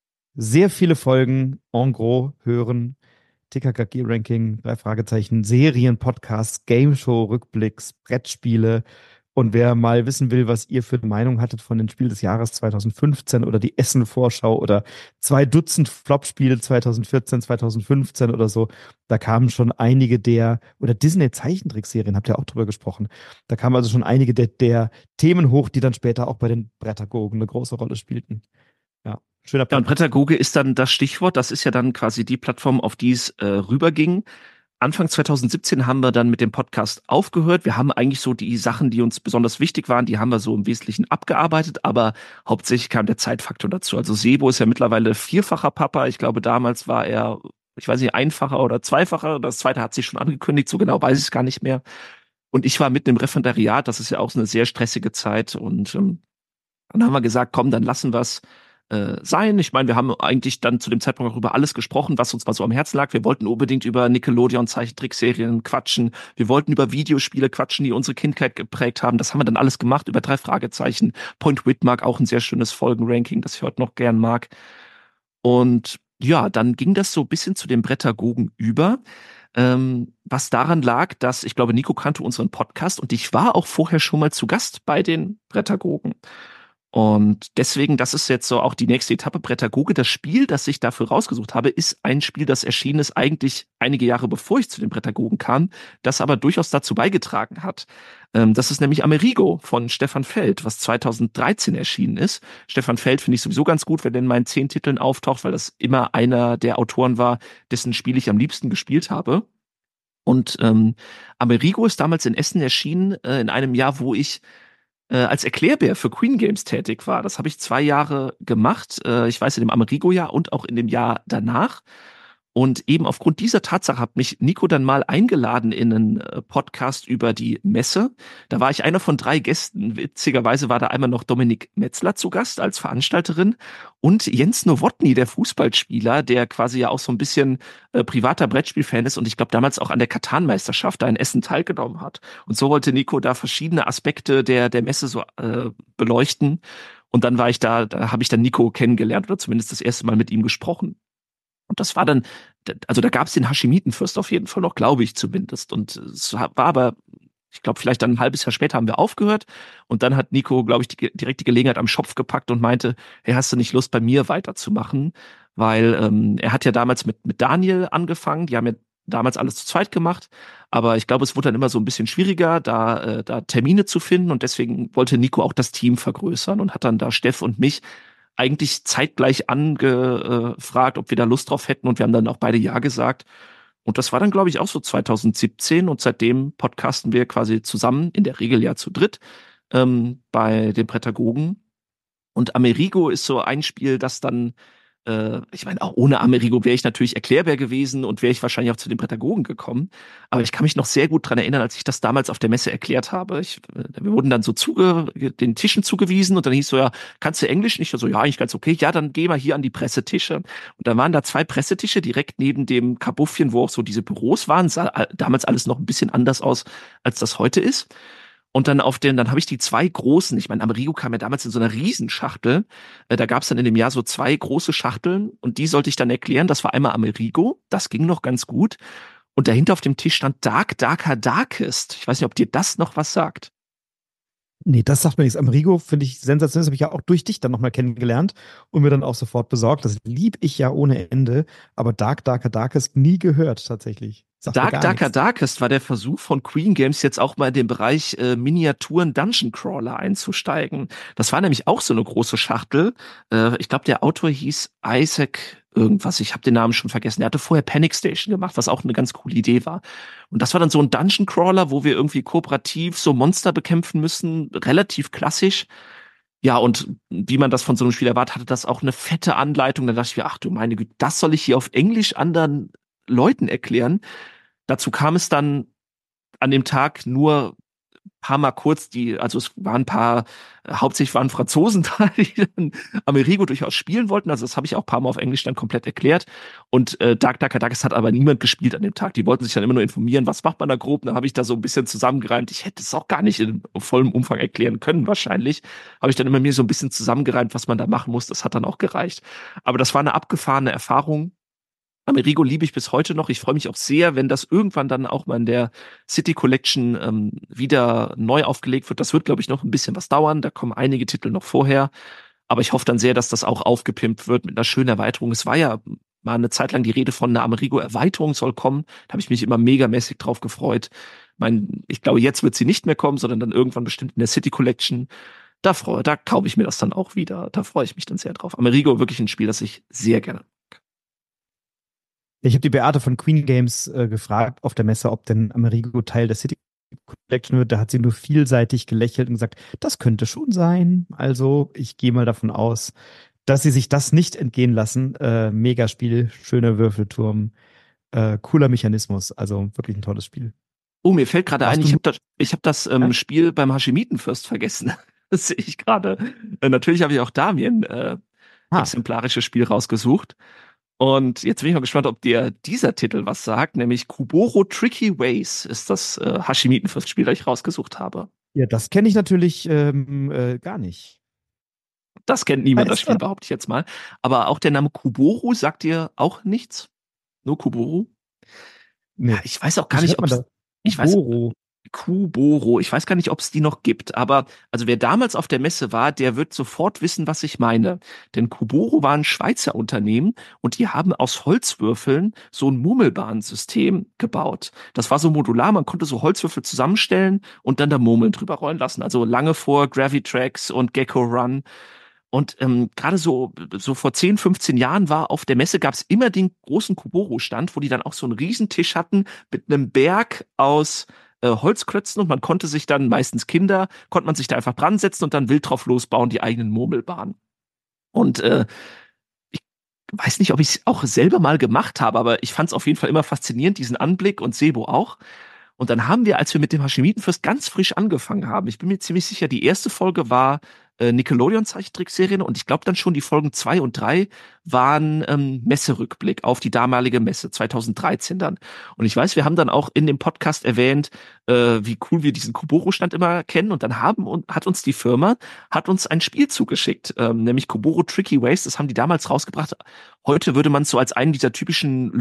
sehr viele Folgen en gros hören. T K K G-Ranking, drei Fragezeichen, Serien, Podcasts, Game Show, Rückblicks, Brettspiele. Und wer mal wissen will, was ihr für eine Meinung hattet von den Spiel des Jahres zweitausendfünfzehn oder die Essen-Vorschau oder zwei Dutzend Flop-Spiele zweitausendvierzehn, zweitausendfünfzehn oder so, da kamen schon einige der, oder Disney-Zeichentrickserien, habt ihr auch drüber gesprochen, da kamen also schon einige der, der Themen hoch, die dann später auch bei den Brettergogen eine große Rolle spielten. Ja, schöner Ja, und Podcast. Brettagoge ist dann das Stichwort. Das ist ja dann quasi die Plattform, auf die es äh, rüberging. Anfang zweitausendsiebzehn haben wir dann mit dem Podcast aufgehört. Wir haben eigentlich so die Sachen, die uns besonders wichtig waren, die haben wir so im Wesentlichen abgearbeitet, aber hauptsächlich kam der Zeitfaktor dazu. Also Sebo ist ja mittlerweile vierfacher Papa. Ich glaube, damals war er, ich weiß nicht, einfacher oder zweifacher. Das zweite hat sich schon angekündigt, so genau weiß ich es gar nicht mehr. Und ich war mitten im Referendariat, das ist ja auch so eine sehr stressige Zeit. Und ähm, dann haben wir gesagt, komm, dann lassen wir es äh, sein. Ich meine, wir haben eigentlich dann zu dem Zeitpunkt auch über alles gesprochen, was uns mal so am Herzen lag. Wir wollten unbedingt über Nickelodeon-Zeichentrickserien quatschen. Wir wollten über Videospiele quatschen, die unsere Kindheit geprägt haben. Das haben wir dann alles gemacht, über drei Fragezeichen. Point Whitmark, auch ein sehr schönes Folgenranking, das ich heute noch gern mag. Und ja, dann ging das so ein bisschen zu den Brettagogen über. Ähm, was daran lag, dass, ich glaube, Nico kannte unseren Podcast und ich war auch vorher schon mal zu Gast bei den Brettagogen. Und deswegen, das ist jetzt so auch die nächste Etappe Prädagoge. Das Spiel, das ich dafür rausgesucht habe, ist ein Spiel, das erschienen ist eigentlich einige Jahre bevor ich zu den Prädagogen kam, das aber durchaus dazu beigetragen hat. Ähm, das ist nämlich Amerigo von Stefan Feld, was zweitausenddreizehn erschienen ist. Stefan Feld finde ich sowieso ganz gut, wenn der in meinen zehn Titeln auftaucht, weil das immer einer der Autoren war, dessen Spiel ich am liebsten gespielt habe. Und ähm, Amerigo ist damals in Essen erschienen, äh, in einem Jahr, wo ich äh, als Erklärbär für Queen Games tätig war. Das habe ich zwei Jahre gemacht. Äh, ich weiß, in dem Amerigo-Jahr und auch in dem Jahr danach. Und eben aufgrund dieser Tatsache hat mich Nico dann mal eingeladen in einen äh, Podcast über die Messe. Da war ich einer von drei Gästen. Witzigerweise war da einmal noch Dominik Metzler zu Gast als Veranstalterin und Jens Nowotny, der Fußballspieler, der quasi ja auch so ein bisschen äh, privater Brettspielfan ist und ich glaube damals auch an der Katan-Meisterschaft da in Essen teilgenommen hat. Und so wollte Nico da verschiedene Aspekte der, der Messe so äh, beleuchten. Und dann war ich da, da habe ich dann Nico kennengelernt oder zumindest das erste Mal mit ihm gesprochen. Und das war dann, also da gab es den Haschimitenfürst auf jeden Fall noch, glaube ich zumindest. Und es war aber, ich glaube, vielleicht dann ein halbes Jahr später haben wir aufgehört. Und dann hat Nico, glaube ich, die, direkt die Gelegenheit am Schopf gepackt und meinte, hey, hast du nicht Lust, bei mir weiterzumachen? Weil ähm, er hat ja damals mit, mit Daniel angefangen. Die haben ja damals alles zu zweit gemacht. Aber ich glaube, es wurde dann immer so ein bisschen schwieriger, da, äh, da Termine zu finden. Und deswegen wollte Nico auch das Team vergrößern und hat dann da Steff und mich eigentlich zeitgleich angefragt, ob wir da Lust drauf hätten und wir haben dann auch beide ja gesagt. Und das war dann, glaube ich, auch so zweitausendsiebzehn und seitdem podcasten wir quasi zusammen, in der Regel ja zu dritt, ähm, bei den Prädagogen. Und Amerigo ist so ein Spiel, das dann äh, ich meine, auch ohne Amerigo wäre ich natürlich Erklärbär gewesen und wäre ich wahrscheinlich auch zu den Pädagogen gekommen. Aber ich kann mich noch sehr gut dran erinnern, als ich das damals auf der Messe erklärt habe. Ich, äh, wir wurden dann so zuge den Tischen zugewiesen und dann hieß so, ja, kannst du Englisch nicht? So, ja, eigentlich ganz okay. Ja, dann geh mal hier an die Pressetische. Und dann waren da zwei Pressetische direkt neben dem Kabuffchen, wo auch so diese Büros waren. Sah damals alles noch ein bisschen anders aus, als das heute ist. Und dann auf den, dann habe ich die zwei großen, ich meine, Amerigo kam ja damals in so einer Riesenschachtel. Äh, da gab es dann in dem Jahr so zwei große Schachteln und die sollte ich dann erklären. Das war einmal Amerigo, das ging noch ganz gut. Und dahinter auf dem Tisch stand Dark, Darker, Darkest. Ich weiß nicht, ob dir das noch was sagt. Nee, das sagt mir nichts. Amerigo finde ich sensationell. Das habe ich ja auch durch dich dann nochmal kennengelernt und mir dann auch sofort besorgt. Das lieb ich ja ohne Ende. Aber Dark, Darker, Darkest nie gehört tatsächlich. Sagt mir Dark gar Darker nichts. Darkest war der Versuch von Queen Games jetzt auch mal in den Bereich äh, Miniaturen Dungeon Crawler einzusteigen. Das war nämlich auch so eine große Schachtel. Äh, ich glaube, der Autor hieß Isaac irgendwas. Ich habe den Namen schon vergessen. Er hatte vorher Panic Station gemacht, was auch eine ganz coole Idee war. Und das war dann so ein Dungeon Crawler, wo wir irgendwie kooperativ so Monster bekämpfen müssen. Relativ klassisch. Ja, und wie man das von so einem Spiel erwartet, hatte das auch eine fette Anleitung. Dann dachte ich mir, ach du meine Güte, das soll ich hier auf Englisch anderen Leuten erklären. Dazu kam es dann an dem Tag nur ein paar Mal kurz, die, also es waren ein paar, äh, hauptsächlich waren Franzosen da, die dann Amerigo durchaus spielen wollten. Also das habe ich auch ein paar Mal auf Englisch dann komplett erklärt. Und äh, Dark Darker Darkest hat aber niemand gespielt an dem Tag. Die wollten sich dann immer nur informieren, was macht man da grob. Da habe ich da so ein bisschen zusammengereimt. Ich hätte es auch gar nicht in vollem Umfang erklären können, wahrscheinlich. Habe ich dann immer mir so ein bisschen zusammengereimt, was man da machen muss. Das hat dann auch gereicht. Aber das war eine abgefahrene Erfahrung. Amerigo liebe ich bis heute noch. Ich freue mich auch sehr, wenn das irgendwann dann auch mal in der City Collection ähm, wieder neu aufgelegt wird. Das wird, glaube ich, noch ein bisschen was dauern. Da kommen einige Titel noch vorher. Aber ich hoffe dann sehr, dass das auch aufgepimpt wird mit einer schönen Erweiterung. Es war ja mal eine Zeit lang die Rede von einer Amerigo-Erweiterung soll kommen. Da habe ich mich immer megamäßig drauf gefreut. Mein, ich glaube, jetzt wird sie nicht mehr kommen, sondern dann irgendwann bestimmt in der City Collection. Da freue, da kaufe ich mir das dann auch wieder. Da freue ich mich dann sehr drauf. Amerigo wirklich ein Spiel, das ich sehr gerne. Ich habe die Beate von Queen Games äh, gefragt auf der Messe, ob denn Amerigo Teil der City Collection wird. Da hat sie nur vielseitig gelächelt und gesagt, das könnte schon sein. Also ich gehe mal davon aus, dass sie sich das nicht entgehen lassen. Äh, Megaspiel, schöner Würfelturm, äh, cooler Mechanismus. Also wirklich ein tolles Spiel. Oh, mir fällt gerade ein, Warst ich du? habe das, ich hab das ähm, Ja? Spiel beim Haschimitenfürst vergessen. Das sehe ich gerade. Äh, natürlich habe ich auch da mir ein äh, Ah, exemplarisches Spiel rausgesucht. Und jetzt bin ich mal gespannt, ob dir dieser Titel was sagt, nämlich Kuboro Tricky Ways ist das äh, Hashimitenfürst-Spiel, das ich rausgesucht habe. ja, das kenne ich natürlich ähm, äh, gar nicht. Das kennt niemand, das Heißt Spiel, das? behaupte ich jetzt mal. Aber auch der Name Kuboro sagt dir auch nichts? Nur Kuboro? Ja, Nee. ich weiß auch Wie gar nicht, schreibt man ob's, das? ich weiß, Uboro. Kuboro, ich weiß gar nicht, ob es die noch gibt, aber also wer damals auf der Messe war, der wird sofort wissen, was ich meine. Denn Kuboro war ein Schweizer Unternehmen und die haben aus Holzwürfeln so ein Murmelbahnsystem gebaut. Das war so modular, man konnte so Holzwürfel zusammenstellen und dann da Murmeln drüber rollen lassen. Also lange vor Gravitrax und Gecko Run. Und ähm, gerade so, so vor zehn, fünfzehn Jahren war auf der Messe gab es immer den großen Kuboro-Stand, wo die dann auch so einen Riesentisch hatten mit einem Berg aus äh, Holzklötzen und man konnte sich dann, meistens Kinder, konnte man sich da einfach dran setzen und dann wild drauf losbauen, die eigenen Murmelbahnen. Und äh, ich weiß nicht, ob ich es auch selber mal gemacht habe, aber ich fand es auf jeden Fall immer faszinierend, diesen Anblick und Sebo auch. Und dann haben wir, als wir mit dem Hashemitenfest ganz frisch angefangen haben, ich bin mir ziemlich sicher, die erste Folge war äh, Nickelodeon-Zeichentrickserien und ich glaube dann schon die Folgen zwei und drei waren ähm, Messerückblick auf die damalige Messe zwanzig dreizehn dann. Und ich weiß, wir haben dann auch in dem Podcast erwähnt, äh, wie cool wir diesen Kuboro-Stand immer kennen und dann haben und hat uns die Firma, hat uns ein Spiel zugeschickt, ähm, nämlich Kuboro Tricky Ways, das haben die damals rausgebracht. Heute würde man es so als einen dieser typischen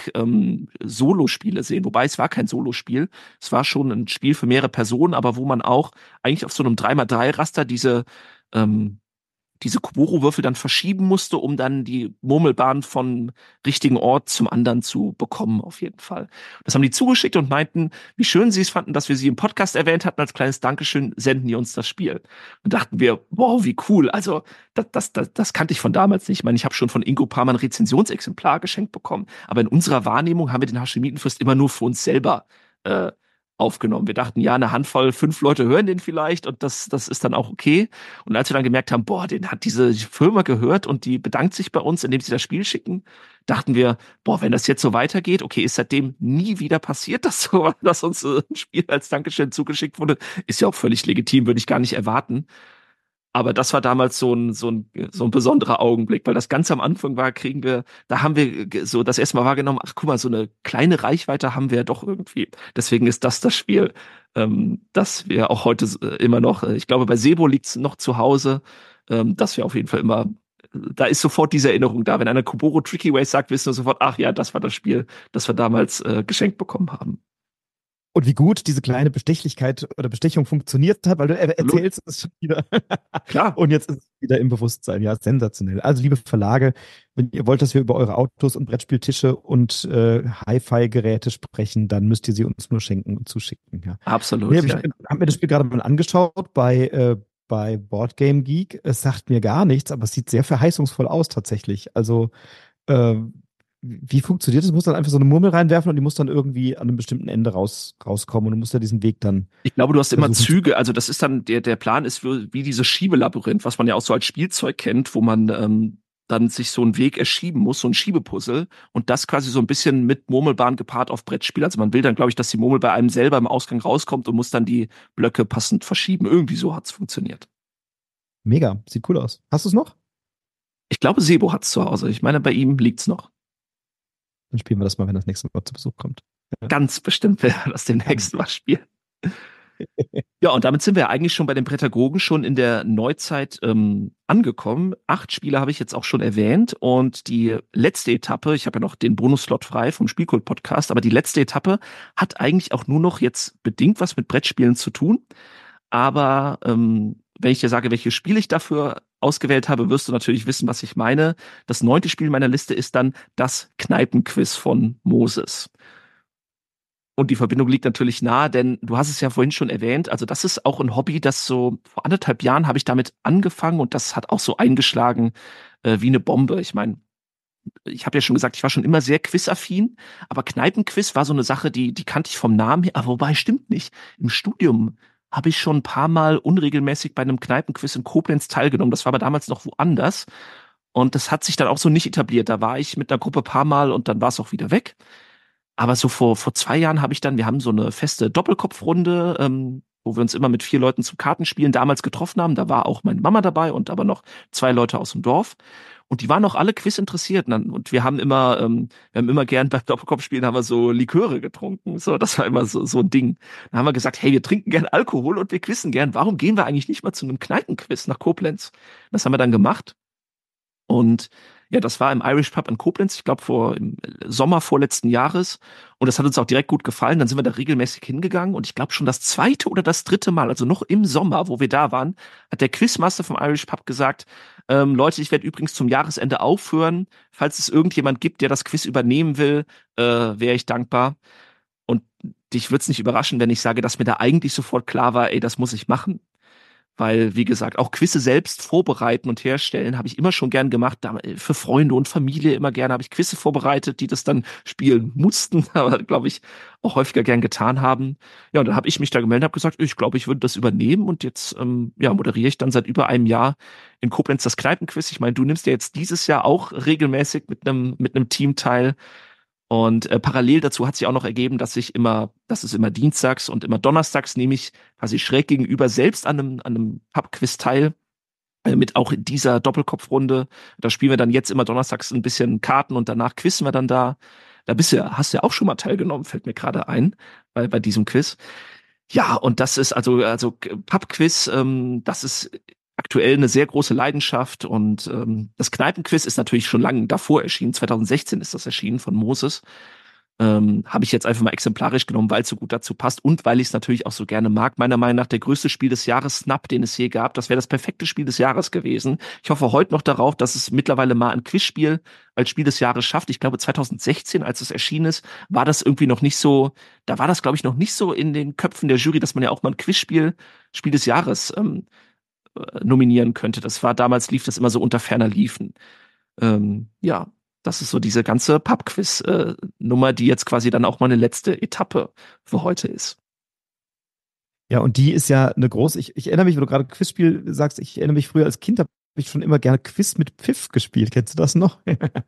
Logik-Solo-Spiele sehen, wobei es war kein Solospiel. Es war schon ein Spiel für mehrere Personen, aber wo man auch eigentlich auf so einem drei mal drei Raster diese ähm, diese Kuboro-Würfel dann verschieben musste, um dann die Murmelbahn von richtigen Ort zum anderen zu bekommen, auf jeden Fall. Das haben die zugeschickt und meinten, wie schön sie es fanden, dass wir sie im Podcast erwähnt hatten. Als kleines Dankeschön senden die uns das Spiel. Und dachten wir, wow, wie cool. Also das, das, das, das kannte ich von damals nicht. Ich meine, ich habe schon von Ingo Paar mal ein Rezensionsexemplar geschenkt bekommen. Aber in unserer Wahrnehmung haben wir den Hashemitenfürst immer nur für uns selber äh, aufgenommen. Wir dachten, ja, eine Handvoll, fünf Leute hören den vielleicht und das, das ist dann auch okay. Und als wir dann gemerkt haben, boah, den hat diese Firma gehört und die bedankt sich bei uns, indem sie das Spiel schicken, dachten wir, boah, wenn das jetzt so weitergeht, okay, ist seitdem nie wieder passiert, dass so, dass uns äh, ein Spiel als Dankeschön zugeschickt wurde. Ist ja auch völlig legitim, würde ich gar nicht erwarten. Aber das war damals so ein, so ein, so ein besonderer Augenblick, weil das ganz am Anfang war, kriegen wir, da haben wir so das erste Mal wahrgenommen, ach guck mal, so eine kleine Reichweite haben wir ja doch irgendwie. Deswegen ist das das Spiel, ähm, das wir auch heute äh, immer noch, äh, ich glaube, bei Sebo liegt's noch zu Hause, ähm, dass wir auf jeden Fall immer, da ist sofort diese Erinnerung da. Wenn einer Kuboro Tricky Ways sagt, wissen wir sofort, ach ja, das war das Spiel, das wir damals äh, geschenkt bekommen haben. Und wie gut diese kleine Bestechlichkeit oder Bestechung funktioniert hat, weil du er Absolut. erzählst es schon wieder. Klar. Und jetzt ist es wieder im Bewusstsein. Ja, sensationell. Also, liebe Verlage, wenn ihr wollt, dass wir über eure Autos und Brettspieltische und äh, Hi-Fi-Geräte sprechen, dann müsst ihr sie uns nur schenken und zuschicken. Ja. Absolut. Nee, Ja. ich habe mir das Spiel gerade mal angeschaut bei, äh, bei Board Game Geek. Es sagt mir gar nichts, aber es sieht sehr verheißungsvoll aus tatsächlich. Also, äh, wie funktioniert das? Du musst dann einfach so eine Murmel reinwerfen und die muss dann irgendwie an einem bestimmten Ende raus, rauskommen und du musst ja diesen Weg dann Ich glaube, du hast immer versuchen. Züge, also das ist dann, der, der Plan ist wie, wie dieses Schiebelabyrinth, was man ja auch so als Spielzeug kennt, wo man ähm, dann sich so einen Weg erschieben muss, so ein Schiebepuzzle und das quasi so ein bisschen mit Murmelbahn gepaart auf Brettspiel. Also man will dann, glaube ich, dass die Murmel bei einem selber im Ausgang rauskommt und muss dann die Blöcke passend verschieben. Irgendwie so hat's funktioniert. Mega, sieht cool aus. Hast du es noch? Ich glaube, Sebo hat's zu Hause. Ich meine, bei ihm liegt's noch. Dann spielen wir das mal, wenn das nächste Mal zu Besuch kommt. Ja. Ganz bestimmt werden wir das demnächst mal spielen. Ja, und damit sind wir eigentlich schon bei den Prädagogen schon in der Neuzeit ähm, angekommen. Acht Spiele habe ich jetzt auch schon erwähnt und die letzte Etappe, ich habe ja noch den Bonusslot frei vom Spielkult-Podcast, aber die letzte Etappe hat eigentlich auch nur noch jetzt bedingt was mit Brettspielen zu tun. Aber ähm, wenn ich dir sage, welche Spiele ich dafür ausgewählt habe, wirst du natürlich wissen, was ich meine. Das neunte Spiel meiner Liste ist dann das Kneipenquiz von Moses. Und die Verbindung liegt natürlich nahe, denn du hast es ja vorhin schon erwähnt, also das ist auch ein Hobby, das so vor anderthalb Jahren habe ich damit angefangen und das hat auch so eingeschlagen äh, wie eine Bombe. Ich meine, ich habe ja schon gesagt, ich war schon immer sehr quizaffin, aber Kneipenquiz war so eine Sache, die, die kannte ich vom Namen her, aber wobei stimmt nicht. Im Studium habe ich schon ein paar Mal unregelmäßig bei einem Kneipenquiz in Koblenz teilgenommen. Das war aber damals noch woanders. Und das hat sich dann auch so nicht etabliert. Da war ich mit einer Gruppe ein paar Mal und dann war es auch wieder weg. Aber so vor, vor zwei Jahren habe ich dann, wir haben so eine feste Doppelkopfrunde, ähm, wo wir uns immer mit vier Leuten zum Kartenspielen damals getroffen haben. Da war auch meine Mama dabei und aber noch zwei Leute aus dem Dorf. Und die waren auch alle Quiz interessiert. Und, dann, und wir haben immer, ähm, wir haben immer gern beim Doppelkopfspielen haben wir so Liköre getrunken. So, das war immer so, so ein Ding. Dann haben wir gesagt, hey, wir trinken gern Alkohol und wir quizzen gern. Warum gehen wir eigentlich nicht mal zu einem Kneipenquiz nach Koblenz? Das haben wir dann gemacht. Und Ja, das war im Irish Pub in Koblenz, ich glaube vor im Sommer vorletzten Jahres. Und das hat uns auch direkt gut gefallen. Dann sind wir da regelmäßig hingegangen. Und ich glaube schon das zweite oder das dritte Mal, also noch im Sommer, wo wir da waren, hat der Quizmaster vom Irish Pub gesagt, ähm, Leute, ich werde übrigens zum Jahresende aufhören. Falls es irgendjemand gibt, der das Quiz übernehmen will, äh, wäre ich dankbar. Und dich würde es nicht überraschen, wenn ich sage, dass mir da eigentlich sofort klar war, ey, das muss ich machen. Weil, wie gesagt, auch Quizze selbst vorbereiten und herstellen habe ich immer schon gern gemacht. Da- Für Freunde und Familie immer gerne habe ich Quizze vorbereitet, die das dann spielen mussten, aber glaube ich auch häufiger gern getan haben. Ja, und dann habe ich mich da gemeldet und habe gesagt, ich glaube, ich würde das übernehmen und jetzt ähm, ja, moderiere ich dann seit über einem Jahr in Koblenz das Kneipenquiz. Ich meine, du nimmst ja jetzt dieses Jahr auch regelmäßig mit einem mit einem Team teil. Und äh, parallel dazu hat sich auch noch ergeben, dass ich immer, das ist immer dienstags und immer donnerstags nehme ich quasi schräg gegenüber selbst an einem, an einem Pub-Quiz teil, äh, mit auch dieser Doppelkopfrunde. Da spielen wir dann jetzt immer donnerstags ein bisschen Karten und danach quizzen wir dann da. Da bist du ja, hast du ja auch schon mal teilgenommen, fällt mir gerade ein, bei, bei diesem Quiz. Ja, und das ist also, also Pub-Quiz, ähm, das ist aktuell eine sehr große Leidenschaft und ähm, das Kneipenquiz ist natürlich schon lange davor erschienen. zwanzig sechzehn ist das erschienen von Moses. Ähm, habe ich jetzt einfach mal exemplarisch genommen, weil es so gut dazu passt und weil ich es natürlich auch so gerne mag. Meiner Meinung nach der größte Spiel des Jahres Snap, den es je gab. Das wäre das perfekte Spiel des Jahres gewesen. Ich hoffe heute noch darauf, dass es mittlerweile mal ein Quizspiel als Spiel des Jahres schafft. Ich glaube zwanzig sechzehn, als es erschienen ist, war das irgendwie noch nicht so, da war das glaube ich noch nicht so in den Köpfen der Jury, dass man ja auch mal ein Quizspiel Spiel des Jahres ähm, äh, nominieren könnte. Das war damals, lief das immer so unter ferner Liefen. Ähm, ja, das ist so diese ganze Pub-Quiz-Nummer, die jetzt quasi dann auch meine letzte Etappe für heute ist. Ja, und die ist ja eine große, ich, ich erinnere mich, wenn du gerade Quizspiel sagst, ich erinnere mich früher als Kind, habe ich schon immer gerne Quiz mit Pfiff gespielt. Kennst du das noch?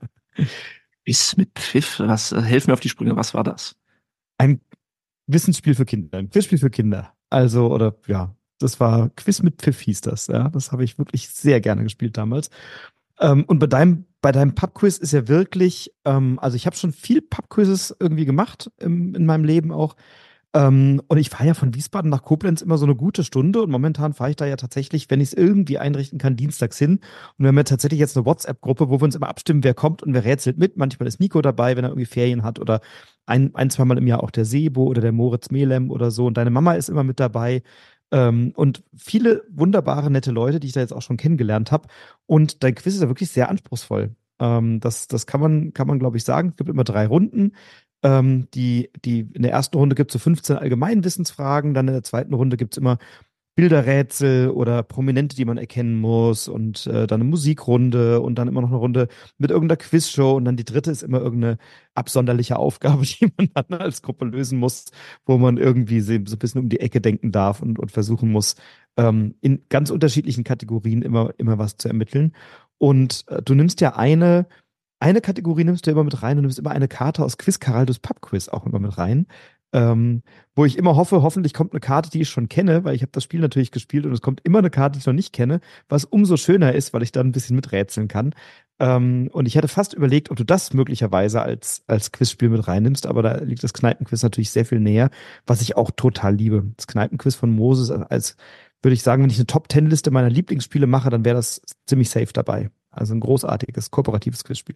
Ist mit Pfiff, was, äh, helf mir auf die Sprünge, was war das? Ein Wissensspiel für Kinder, ein Quizspiel für Kinder. Also, oder ja, das war Quiz mit Pfiff hieß das, ja. Das habe ich wirklich sehr gerne gespielt damals. Ähm, und bei deinem, bei deinem Pub-Quiz ist ja wirklich, ähm, also ich habe schon viel Pub-Quizzes irgendwie gemacht im, in meinem Leben auch. Ähm, und ich fahre ja von Wiesbaden nach Koblenz immer so eine gute Stunde und momentan fahre ich da ja tatsächlich, wenn ich es irgendwie einrichten kann, dienstags hin. Und wir haben ja tatsächlich jetzt eine WhatsApp-Gruppe, wo wir uns immer abstimmen, wer kommt und wer rätselt mit. Manchmal ist Nico dabei, wenn er irgendwie Ferien hat oder ein, ein, zweimal im Jahr auch der Sebo oder der Moritz Melem oder so. Und deine Mama ist immer mit dabei. Ähm, und viele wunderbare, nette Leute, die ich da jetzt auch schon kennengelernt habe. Und dein Quiz ist ja wirklich sehr anspruchsvoll. Ähm, das, das kann man, kann man, glaube ich, sagen. Es gibt immer drei Runden. Ähm, die, die, in der ersten Runde gibt es so fünfzehn Allgemeinwissensfragen, dann in der zweiten Runde gibt es immer Bilderrätsel oder Prominente, die man erkennen muss und äh, dann eine Musikrunde und dann immer noch eine Runde mit irgendeiner Quizshow und dann die dritte ist immer irgendeine absonderliche Aufgabe, die man dann als Gruppe lösen muss, wo man irgendwie so ein bisschen um die Ecke denken darf und, und versuchen muss, ähm, in ganz unterschiedlichen Kategorien immer, immer was zu ermitteln. Und äh, du nimmst ja eine eine Kategorie nimmst du immer mit rein und nimmst immer eine Karte aus Quiz Caraldus Pub Quiz auch immer mit rein. Ähm, wo ich immer hoffe, hoffentlich kommt eine Karte, die ich schon kenne, weil ich habe das Spiel natürlich gespielt und es kommt immer eine Karte, die ich noch nicht kenne, was umso schöner ist, weil ich dann ein bisschen miträtseln kann. Ähm, und ich hatte fast überlegt, ob du das möglicherweise als, als Quizspiel mit reinnimmst, aber da liegt das Kneipenquiz natürlich sehr viel näher, was ich auch total liebe. Das Kneipenquiz von Moses, als würde ich sagen, wenn ich eine Top-Ten-Liste meiner Lieblingsspiele mache, dann wäre das ziemlich safe dabei. Also ein großartiges, kooperatives Quizspiel.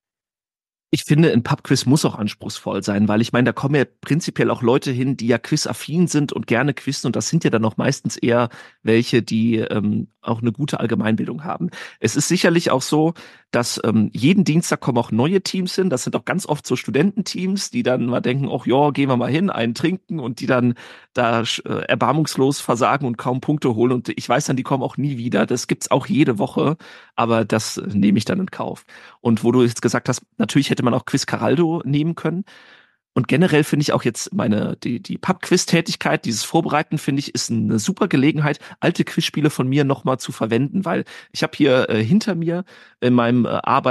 Ich finde, ein Pub-Quiz muss auch anspruchsvoll sein, weil ich meine, da kommen ja prinzipiell auch Leute hin, die ja quizaffin sind und gerne quizzen und das sind ja dann auch meistens eher welche, die ähm, auch eine gute Allgemeinbildung haben. Es ist sicherlich auch so, dass ähm, jeden Dienstag kommen auch neue Teams hin. Das sind auch ganz oft so Studententeams, die dann mal denken, ach ja, gehen wir mal hin, einen trinken und die dann da äh, erbarmungslos versagen und kaum Punkte holen. Und ich weiß dann, die kommen auch nie wieder. Das gibt's auch jede Woche, aber das äh, nehme ich dann in Kauf. Und wo du jetzt gesagt hast, natürlich hätte man auch Quiz Caraldo nehmen können. Und generell finde ich auch jetzt meine, die, die Pub-Quiz-Tätigkeit, dieses Vorbereiten, finde ich, ist eine super Gelegenheit, alte Quizspiele von mir nochmal zu verwenden, weil ich habe hier äh, hinter mir in meinem äh,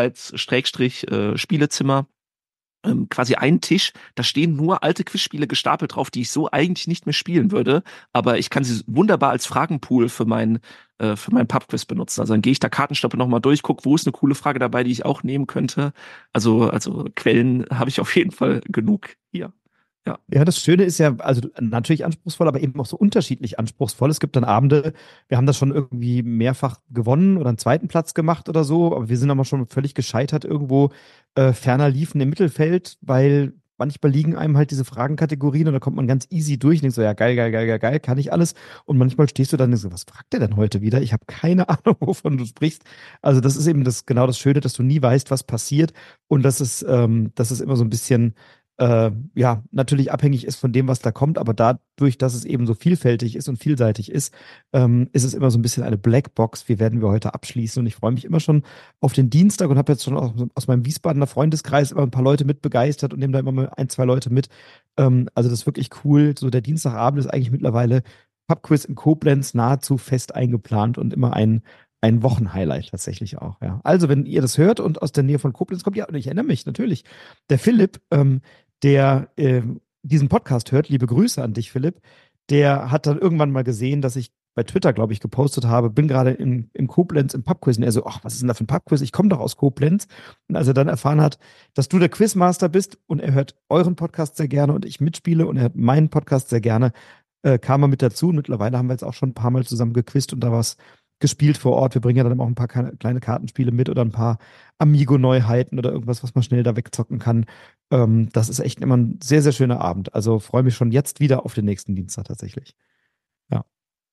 Arbeits-Spielezimmer ähm, quasi einen Tisch, da stehen nur alte Quizspiele gestapelt drauf, die ich so eigentlich nicht mehr spielen würde, aber ich kann sie wunderbar als Fragenpool für mein, äh, für mein Pub-Quiz benutzen. Also dann gehe ich da Kartenstapel nochmal durch, guck, wo ist eine coole Frage dabei, die ich auch nehmen könnte. Also, also Quellen habe ich auf jeden Fall genug hier. Ja. Ja, das Schöne ist ja, also natürlich anspruchsvoll, aber eben auch so unterschiedlich anspruchsvoll. Es gibt dann Abende, wir haben das schon irgendwie mehrfach gewonnen oder einen zweiten Platz gemacht oder so, aber wir sind aber schon völlig gescheitert irgendwo äh, ferner liefen im Mittelfeld, weil manchmal liegen einem halt diese Fragenkategorien und da kommt man ganz easy durch und denkt so, ja, geil, geil, geil, geil, geil, kann ich alles. Und manchmal stehst du dann und denkst so, was fragt der denn heute wieder? Ich habe keine Ahnung, wovon du sprichst. Also das ist eben das genau das Schöne, dass du nie weißt, was passiert und dass es, ähm, dass es immer so ein bisschen äh, ja, natürlich abhängig ist von dem, was da kommt, aber dadurch, dass es eben so vielfältig ist und vielseitig ist, ähm, ist es immer so ein bisschen eine Blackbox. Wie werden wir heute abschließen? Und ich freue mich immer schon auf den Dienstag und habe jetzt schon aus, aus meinem Wiesbadener Freundeskreis immer ein paar Leute mit begeistert und nehme da immer mal ein, zwei Leute mit. Ähm, also das ist wirklich cool. So der Dienstagabend ist eigentlich mittlerweile Pubquiz in Koblenz nahezu fest eingeplant und immer ein ein Wochenhighlight tatsächlich auch, ja. Also, wenn ihr das hört und aus der Nähe von Koblenz kommt, ja, und ich erinnere mich natürlich, der Philipp, ähm, der äh, diesen Podcast hört, liebe Grüße an dich, Philipp, der hat dann irgendwann mal gesehen, dass ich bei Twitter, glaube ich, gepostet habe, bin gerade in, in Koblenz im Pubquiz und er so, ach, was ist denn da für ein Pubquiz? Ich komme doch aus Koblenz. Und als er dann erfahren hat, dass du der Quizmaster bist und er hört euren Podcast sehr gerne und ich mitspiele und er hört meinen Podcast sehr gerne, äh, kam er mit dazu. Und mittlerweile haben wir jetzt auch schon ein paar Mal zusammen gequizt und da was gespielt vor Ort. Wir bringen ja dann auch ein paar kleine Kartenspiele mit oder ein paar Amigo-Neuheiten oder irgendwas, was man schnell da wegzocken kann. Ähm, das ist echt immer ein sehr, sehr schöner Abend. Also freue mich schon jetzt wieder auf den nächsten Dienstag tatsächlich. Ja.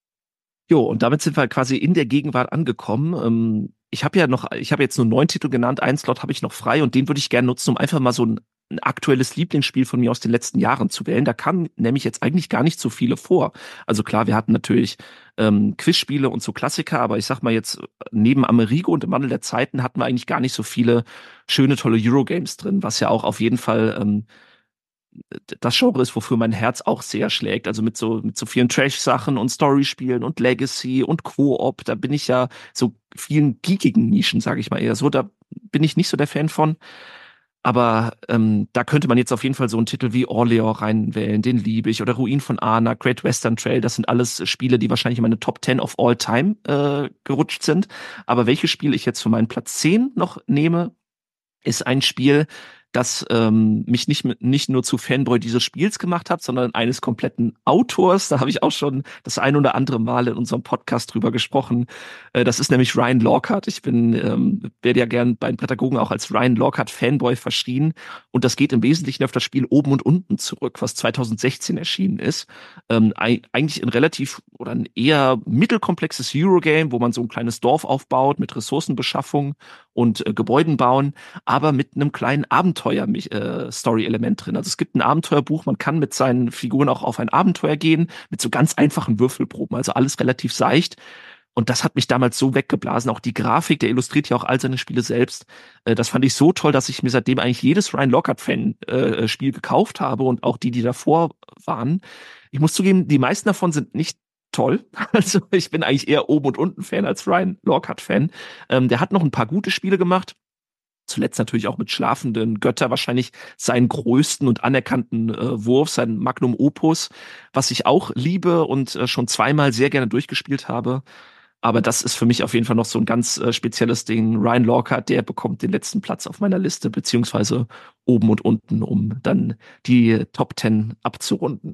Jo, und damit sind wir quasi in der Gegenwart angekommen. Ähm, ich habe ja noch, ich habe jetzt nur neun Titel genannt, einen Slot habe ich noch frei und den würde ich gerne nutzen, um einfach mal so ein, ein aktuelles Lieblingsspiel von mir aus den letzten Jahren zu wählen. Da kamen nämlich jetzt eigentlich gar nicht so viele vor. Also klar, wir hatten natürlich ähm, Quizspiele und so Klassiker, aber ich sag mal jetzt, neben Amerigo und im Wandel der Zeiten hatten wir eigentlich gar nicht so viele schöne, tolle Eurogames drin, was ja auch auf jeden Fall ähm, das Genre ist, wofür mein Herz auch sehr schlägt. Also mit so, mit so vielen Trash-Sachen und Storyspielen und Legacy und Koop. Da bin ich ja so vielen geekigen Nischen, sage ich mal eher so. Da bin ich nicht so der Fan von. Aber ähm, da könnte man jetzt auf jeden Fall so einen Titel wie Orleans reinwählen, den liebe ich. Oder Ruin von Arna, Great Western Trail. Das sind alles Spiele, die wahrscheinlich in meine Top zehn of all time äh, gerutscht sind. Aber welches Spiel ich jetzt für meinen Platz zehn noch nehme, ist ein Spiel, das ähm, mich nicht, nicht nur zu Fanboy dieses Spiels gemacht hat, sondern eines kompletten Autors. Da habe ich auch schon das ein oder andere Mal in unserem Podcast drüber gesprochen. Äh, das ist nämlich Ryan Lockhart. Ich bin, ähm, werde ja gern bei den Pädagogen auch als Ryan Lockhart Fanboy verschrien. Und das geht im Wesentlichen auf das Spiel Oben und Unten zurück, was zwanzig sechzehn erschienen ist. Ähm, eigentlich ein relativ oder ein eher mittelkomplexes Eurogame, wo man so ein kleines Dorf aufbaut mit Ressourcenbeschaffung und äh, Gebäuden bauen, aber mit einem kleinen Abenteuer-Story-Element drin. Also es gibt ein Abenteuerbuch, man kann mit seinen Figuren auch auf ein Abenteuer gehen, mit so ganz einfachen Würfelproben, also alles relativ seicht. Und das hat mich damals so weggeblasen. Auch die Grafik, der illustriert ja auch all seine Spiele selbst. Äh, das fand ich so toll, dass ich mir seitdem eigentlich jedes Ryan Lockhart-Fan-Spiel gekauft habe und auch die, die davor waren. Ich muss zugeben, die meisten davon sind nicht toll. Also ich bin eigentlich eher Oben- und Unten-Fan als Ryan Lockhart-Fan. Ähm, der hat noch ein paar gute Spiele gemacht. Zuletzt natürlich auch mit Schlafenden Götter wahrscheinlich seinen größten und anerkannten äh, Wurf, sein Magnum Opus, was ich auch liebe und äh, schon zweimal sehr gerne durchgespielt habe. Aber das ist für mich auf jeden Fall noch so ein ganz äh, spezielles Ding. Ryan Lockhart, der bekommt den letzten Platz auf meiner Liste, beziehungsweise oben und unten, um dann die Top Ten abzurunden.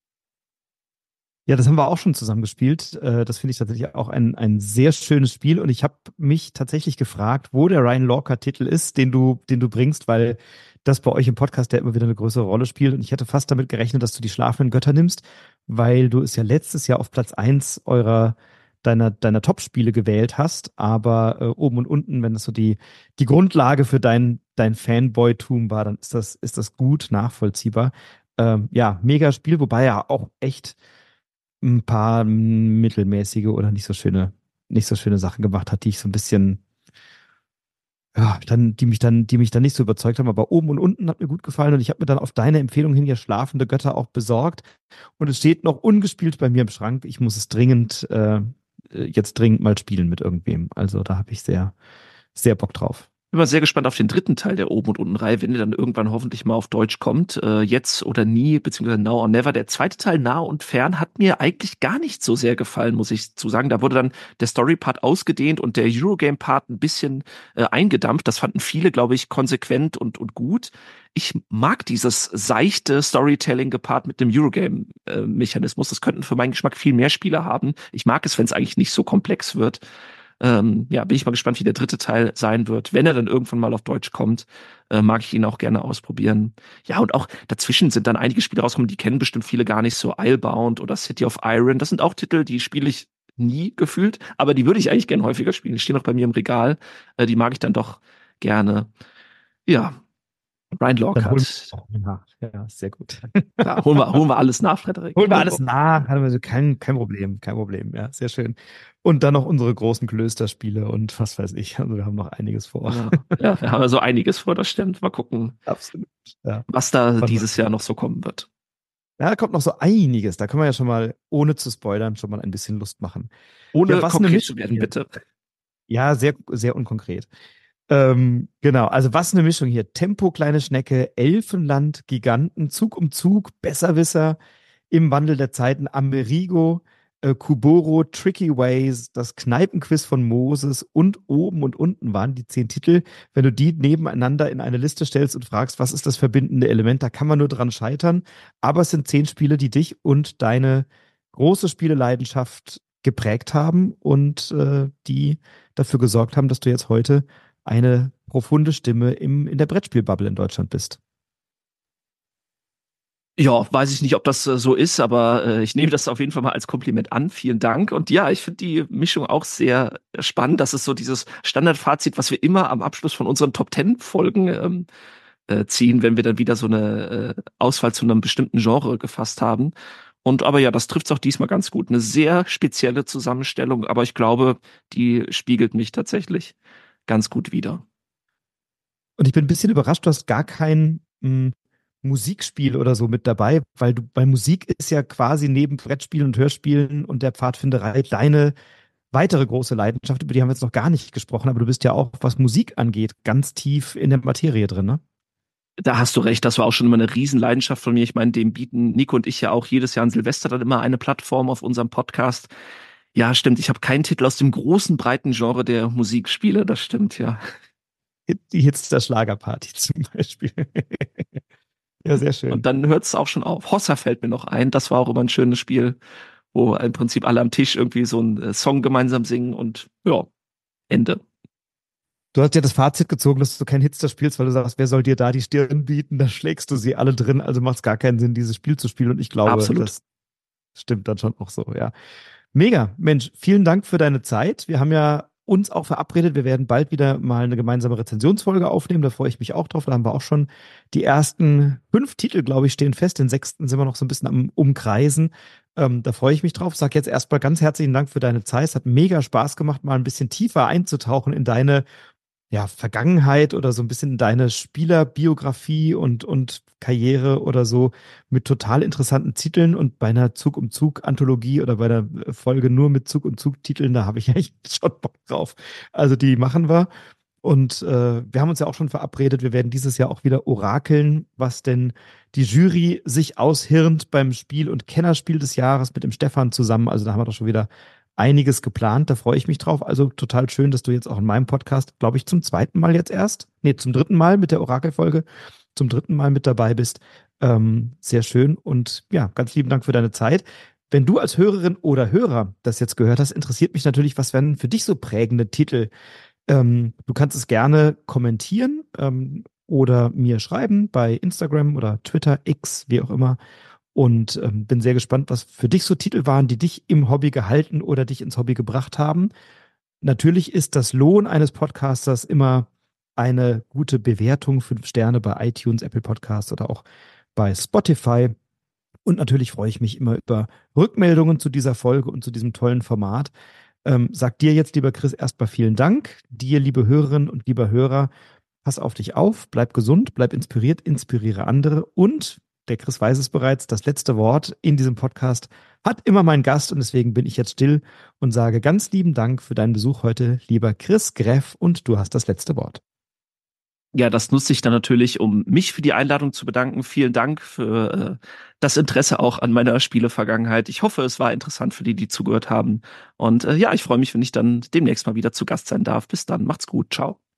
Ja, das haben wir auch schon zusammen gespielt. Äh, Das finde ich tatsächlich auch ein, ein sehr schönes Spiel. Und ich habe mich tatsächlich gefragt, wo der Ryan Lorca-Titel ist, den du, den du bringst, weil das bei euch im Podcast ja immer wieder eine größere Rolle spielt. Und ich hätte fast damit gerechnet, dass du die schlafenden Götter nimmst, weil du es ja letztes Jahr auf Platz eins eurer deiner, deiner Top-Spiele gewählt hast. Aber äh, oben und unten, wenn das so die, die Grundlage für dein, dein Fanboy-Tum war, dann ist das, ist das gut nachvollziehbar. Ähm, ja, mega Spiel, wobei ja auch echt ein paar mittelmäßige oder nicht so schöne, nicht so schöne Sachen gemacht hat, die ich so ein bisschen, ja, dann, die mich dann, die mich dann nicht so überzeugt haben. Aber oben und unten hat mir gut gefallen und ich habe mir dann auf deine Empfehlung hin ja Schlafende Götter auch besorgt. Und es steht noch ungespielt bei mir im Schrank. Ich muss es dringend, äh, jetzt dringend mal spielen mit irgendwem. Also da habe ich sehr, sehr Bock drauf. Bin mal sehr gespannt auf den dritten Teil der Oben- und Unten-Reihe, wenn der dann irgendwann hoffentlich mal auf Deutsch kommt. Äh, jetzt oder nie, beziehungsweise Now or Never. Der zweite Teil, Nah und Fern, hat mir eigentlich gar nicht so sehr gefallen, muss ich zu sagen. Da wurde dann der Story-Part ausgedehnt und der Eurogame-Part ein bisschen äh, eingedampft. Das fanden viele, glaube ich, konsequent und, und gut. Ich mag dieses seichte Storytelling gepaart mit dem Eurogame-Mechanismus. Das könnten für meinen Geschmack viel mehr Spieler haben. Ich mag es, wenn es eigentlich nicht so komplex wird. Ähm, ja, bin ich mal gespannt, wie der dritte Teil sein wird. Wenn er dann irgendwann mal auf Deutsch kommt, äh, mag ich ihn auch gerne ausprobieren. Ja, und auch dazwischen sind dann einige Spiele rausgekommen, die kennen bestimmt viele gar nicht, so Islebound oder City of Iron. Das sind auch Titel, die spiele ich nie gefühlt, aber die würde ich eigentlich gerne häufiger spielen. Die stehen noch bei mir im Regal. Äh, die mag ich dann doch gerne. Ja, Ryan Dann holen Lockhart. wir auch nach. Ja, sehr gut. Ja, holen wir, holen wir alles nach, Frederik. Holen wir Holen alles wir. nach. Also kein, kein Problem, kein Problem. Ja, sehr schön. Und dann noch unsere großen Klösterspiele und was weiß ich. Also wir haben noch einiges vor. Ja, ja, wir haben ja so einiges vor, das stimmt. Mal gucken, Absolut. Ja. was da Wann dieses Jahr noch so kommen wird. Ja, da kommt noch so einiges. Da können wir ja schon mal, ohne zu spoilern, schon mal ein bisschen Lust machen. Ja, Ohne was eine konkret zu Mischung werden, hier. bitte. Ja, sehr, sehr unkonkret. Ähm, genau, also was eine Mischung hier. Tempo, kleine Schnecke, Elfenland, Giganten, Zug um Zug, Besserwisser, im Wandel der Zeiten, Amerigo, äh, Kuboro, Tricky Ways, das Kneipenquiz von Moses und oben und unten waren die zehn Titel. Wenn du die nebeneinander in eine Liste stellst und fragst, was ist das verbindende Element, da kann man nur dran scheitern. Aber es sind zehn Spiele, die dich und deine große Spieleleidenschaft geprägt haben und äh, die dafür gesorgt haben, dass du jetzt heute eine profunde Stimme im, in der Brettspielbubble in Deutschland bist. Ja, weiß ich nicht, ob das äh, so ist, aber äh, ich nehme das auf jeden Fall mal als Kompliment an. Vielen Dank. Und ja, ich finde die Mischung auch sehr spannend. Das ist so dieses Standardfazit, was wir immer am Abschluss von unseren Top Ten Folgen ähm, äh, ziehen, wenn wir dann wieder so eine äh, Auswahl zu einem bestimmten Genre gefasst haben. Und aber ja, das trifft es auch diesmal ganz gut. Eine sehr spezielle Zusammenstellung, aber ich glaube, die spiegelt mich tatsächlich ganz gut wider. Und ich bin ein bisschen überrascht, du hast gar kein mh, Musikspiel oder so mit dabei, weil du bei Musik ist ja quasi neben Brettspielen und Hörspielen und der Pfadfinderei deine weitere große Leidenschaft, über die haben wir jetzt noch gar nicht gesprochen, aber du bist ja auch, was Musik angeht, ganz tief in der Materie drin, ne? Da hast du recht, das war auch schon immer eine Riesenleidenschaft von mir. Ich meine, dem bieten Nico und ich ja auch jedes Jahr an Silvester dann immer eine Plattform auf unserem Podcast. Ja, stimmt, ich habe keinen Titel aus dem großen, breiten Genre der Musikspiele, das stimmt, ja. Die Hits der Schlagerparty zum Beispiel. Ja, sehr Und schön. dann hört es auch schon auf. Hossa fällt mir noch ein, das war auch immer ein schönes Spiel, wo im Prinzip alle am Tisch irgendwie so einen äh, Song gemeinsam singen und ja, Ende. Du hast ja das Fazit gezogen, dass du kein Hitster spielst, weil du sagst, wer soll dir da die Stirn bieten? Da schlägst du sie alle drin, also macht es gar keinen Sinn, dieses Spiel zu spielen. Und ich glaube, Absolut. das stimmt dann schon auch so, ja. Mega, Mensch, vielen Dank für deine Zeit. Wir haben ja uns auch verabredet, wir werden bald wieder mal eine gemeinsame Rezensionsfolge aufnehmen, da freue ich mich auch drauf. Da haben wir auch schon die ersten fünf Titel, glaube ich, stehen fest. Den sechsten sind wir noch so ein bisschen am Umkreisen. Ähm, da freue ich mich drauf. Sag jetzt erstmal ganz herzlichen Dank für deine Zeit. Es hat mega Spaß gemacht, mal ein bisschen tiefer einzutauchen in deine ja, Vergangenheit oder so ein bisschen deine Spielerbiografie und, und Karriere oder so mit total interessanten Titeln und bei einer Zug um Zug Anthologie oder bei einer Folge nur mit Zug um Zug Titeln, da habe ich echt schon Bock drauf. Also die machen wir. Und äh, wir haben uns ja auch schon verabredet, wir werden dieses Jahr auch wieder orakeln, was denn die Jury sich aushirnt beim Spiel- und Kennerspiel des Jahres mit dem Stefan zusammen. Also da haben wir doch schon wieder einiges geplant, da freue ich mich drauf. Also total schön, dass du jetzt auch in meinem Podcast, glaube ich, zum zweiten Mal jetzt erst, nee, zum dritten Mal mit der Orakelfolge, zum dritten Mal mit dabei bist. Ähm, sehr schön und ja, ganz lieben Dank für deine Zeit. Wenn du als Hörerin oder Hörer das jetzt gehört hast, interessiert mich natürlich, was wären für dich so prägende Titel? Ähm, du kannst es gerne kommentieren ähm, oder mir schreiben bei Instagram oder Twitter, X, wie auch immer. Und ähm, bin sehr gespannt, was für dich so Titel waren, die dich im Hobby gehalten oder dich ins Hobby gebracht haben. Natürlich ist das Lohn eines Podcasters immer eine gute Bewertung, fünf Sterne bei iTunes, Apple Podcasts oder auch bei Spotify. Und natürlich freue ich mich immer über Rückmeldungen zu dieser Folge und zu diesem tollen Format. Ähm, sag dir jetzt, lieber Chris, erstmal vielen Dank. Dir, liebe Hörerinnen und lieber Hörer, pass auf dich auf, bleib gesund, bleib inspiriert, inspiriere andere und der Chris weiß es bereits, das letzte Wort in diesem Podcast hat immer mein Gast und deswegen bin ich jetzt still und sage ganz lieben Dank für deinen Besuch heute, lieber Chris Greff, und du hast das letzte Wort. Ja, das nutze ich dann natürlich, um mich für die Einladung zu bedanken. Vielen Dank für äh, das Interesse auch an meiner Spielevergangenheit. Ich hoffe, es war interessant für die, die zugehört haben. Und äh, ja, ich freue mich, wenn ich dann demnächst mal wieder zu Gast sein darf. Bis dann, macht's gut, ciao.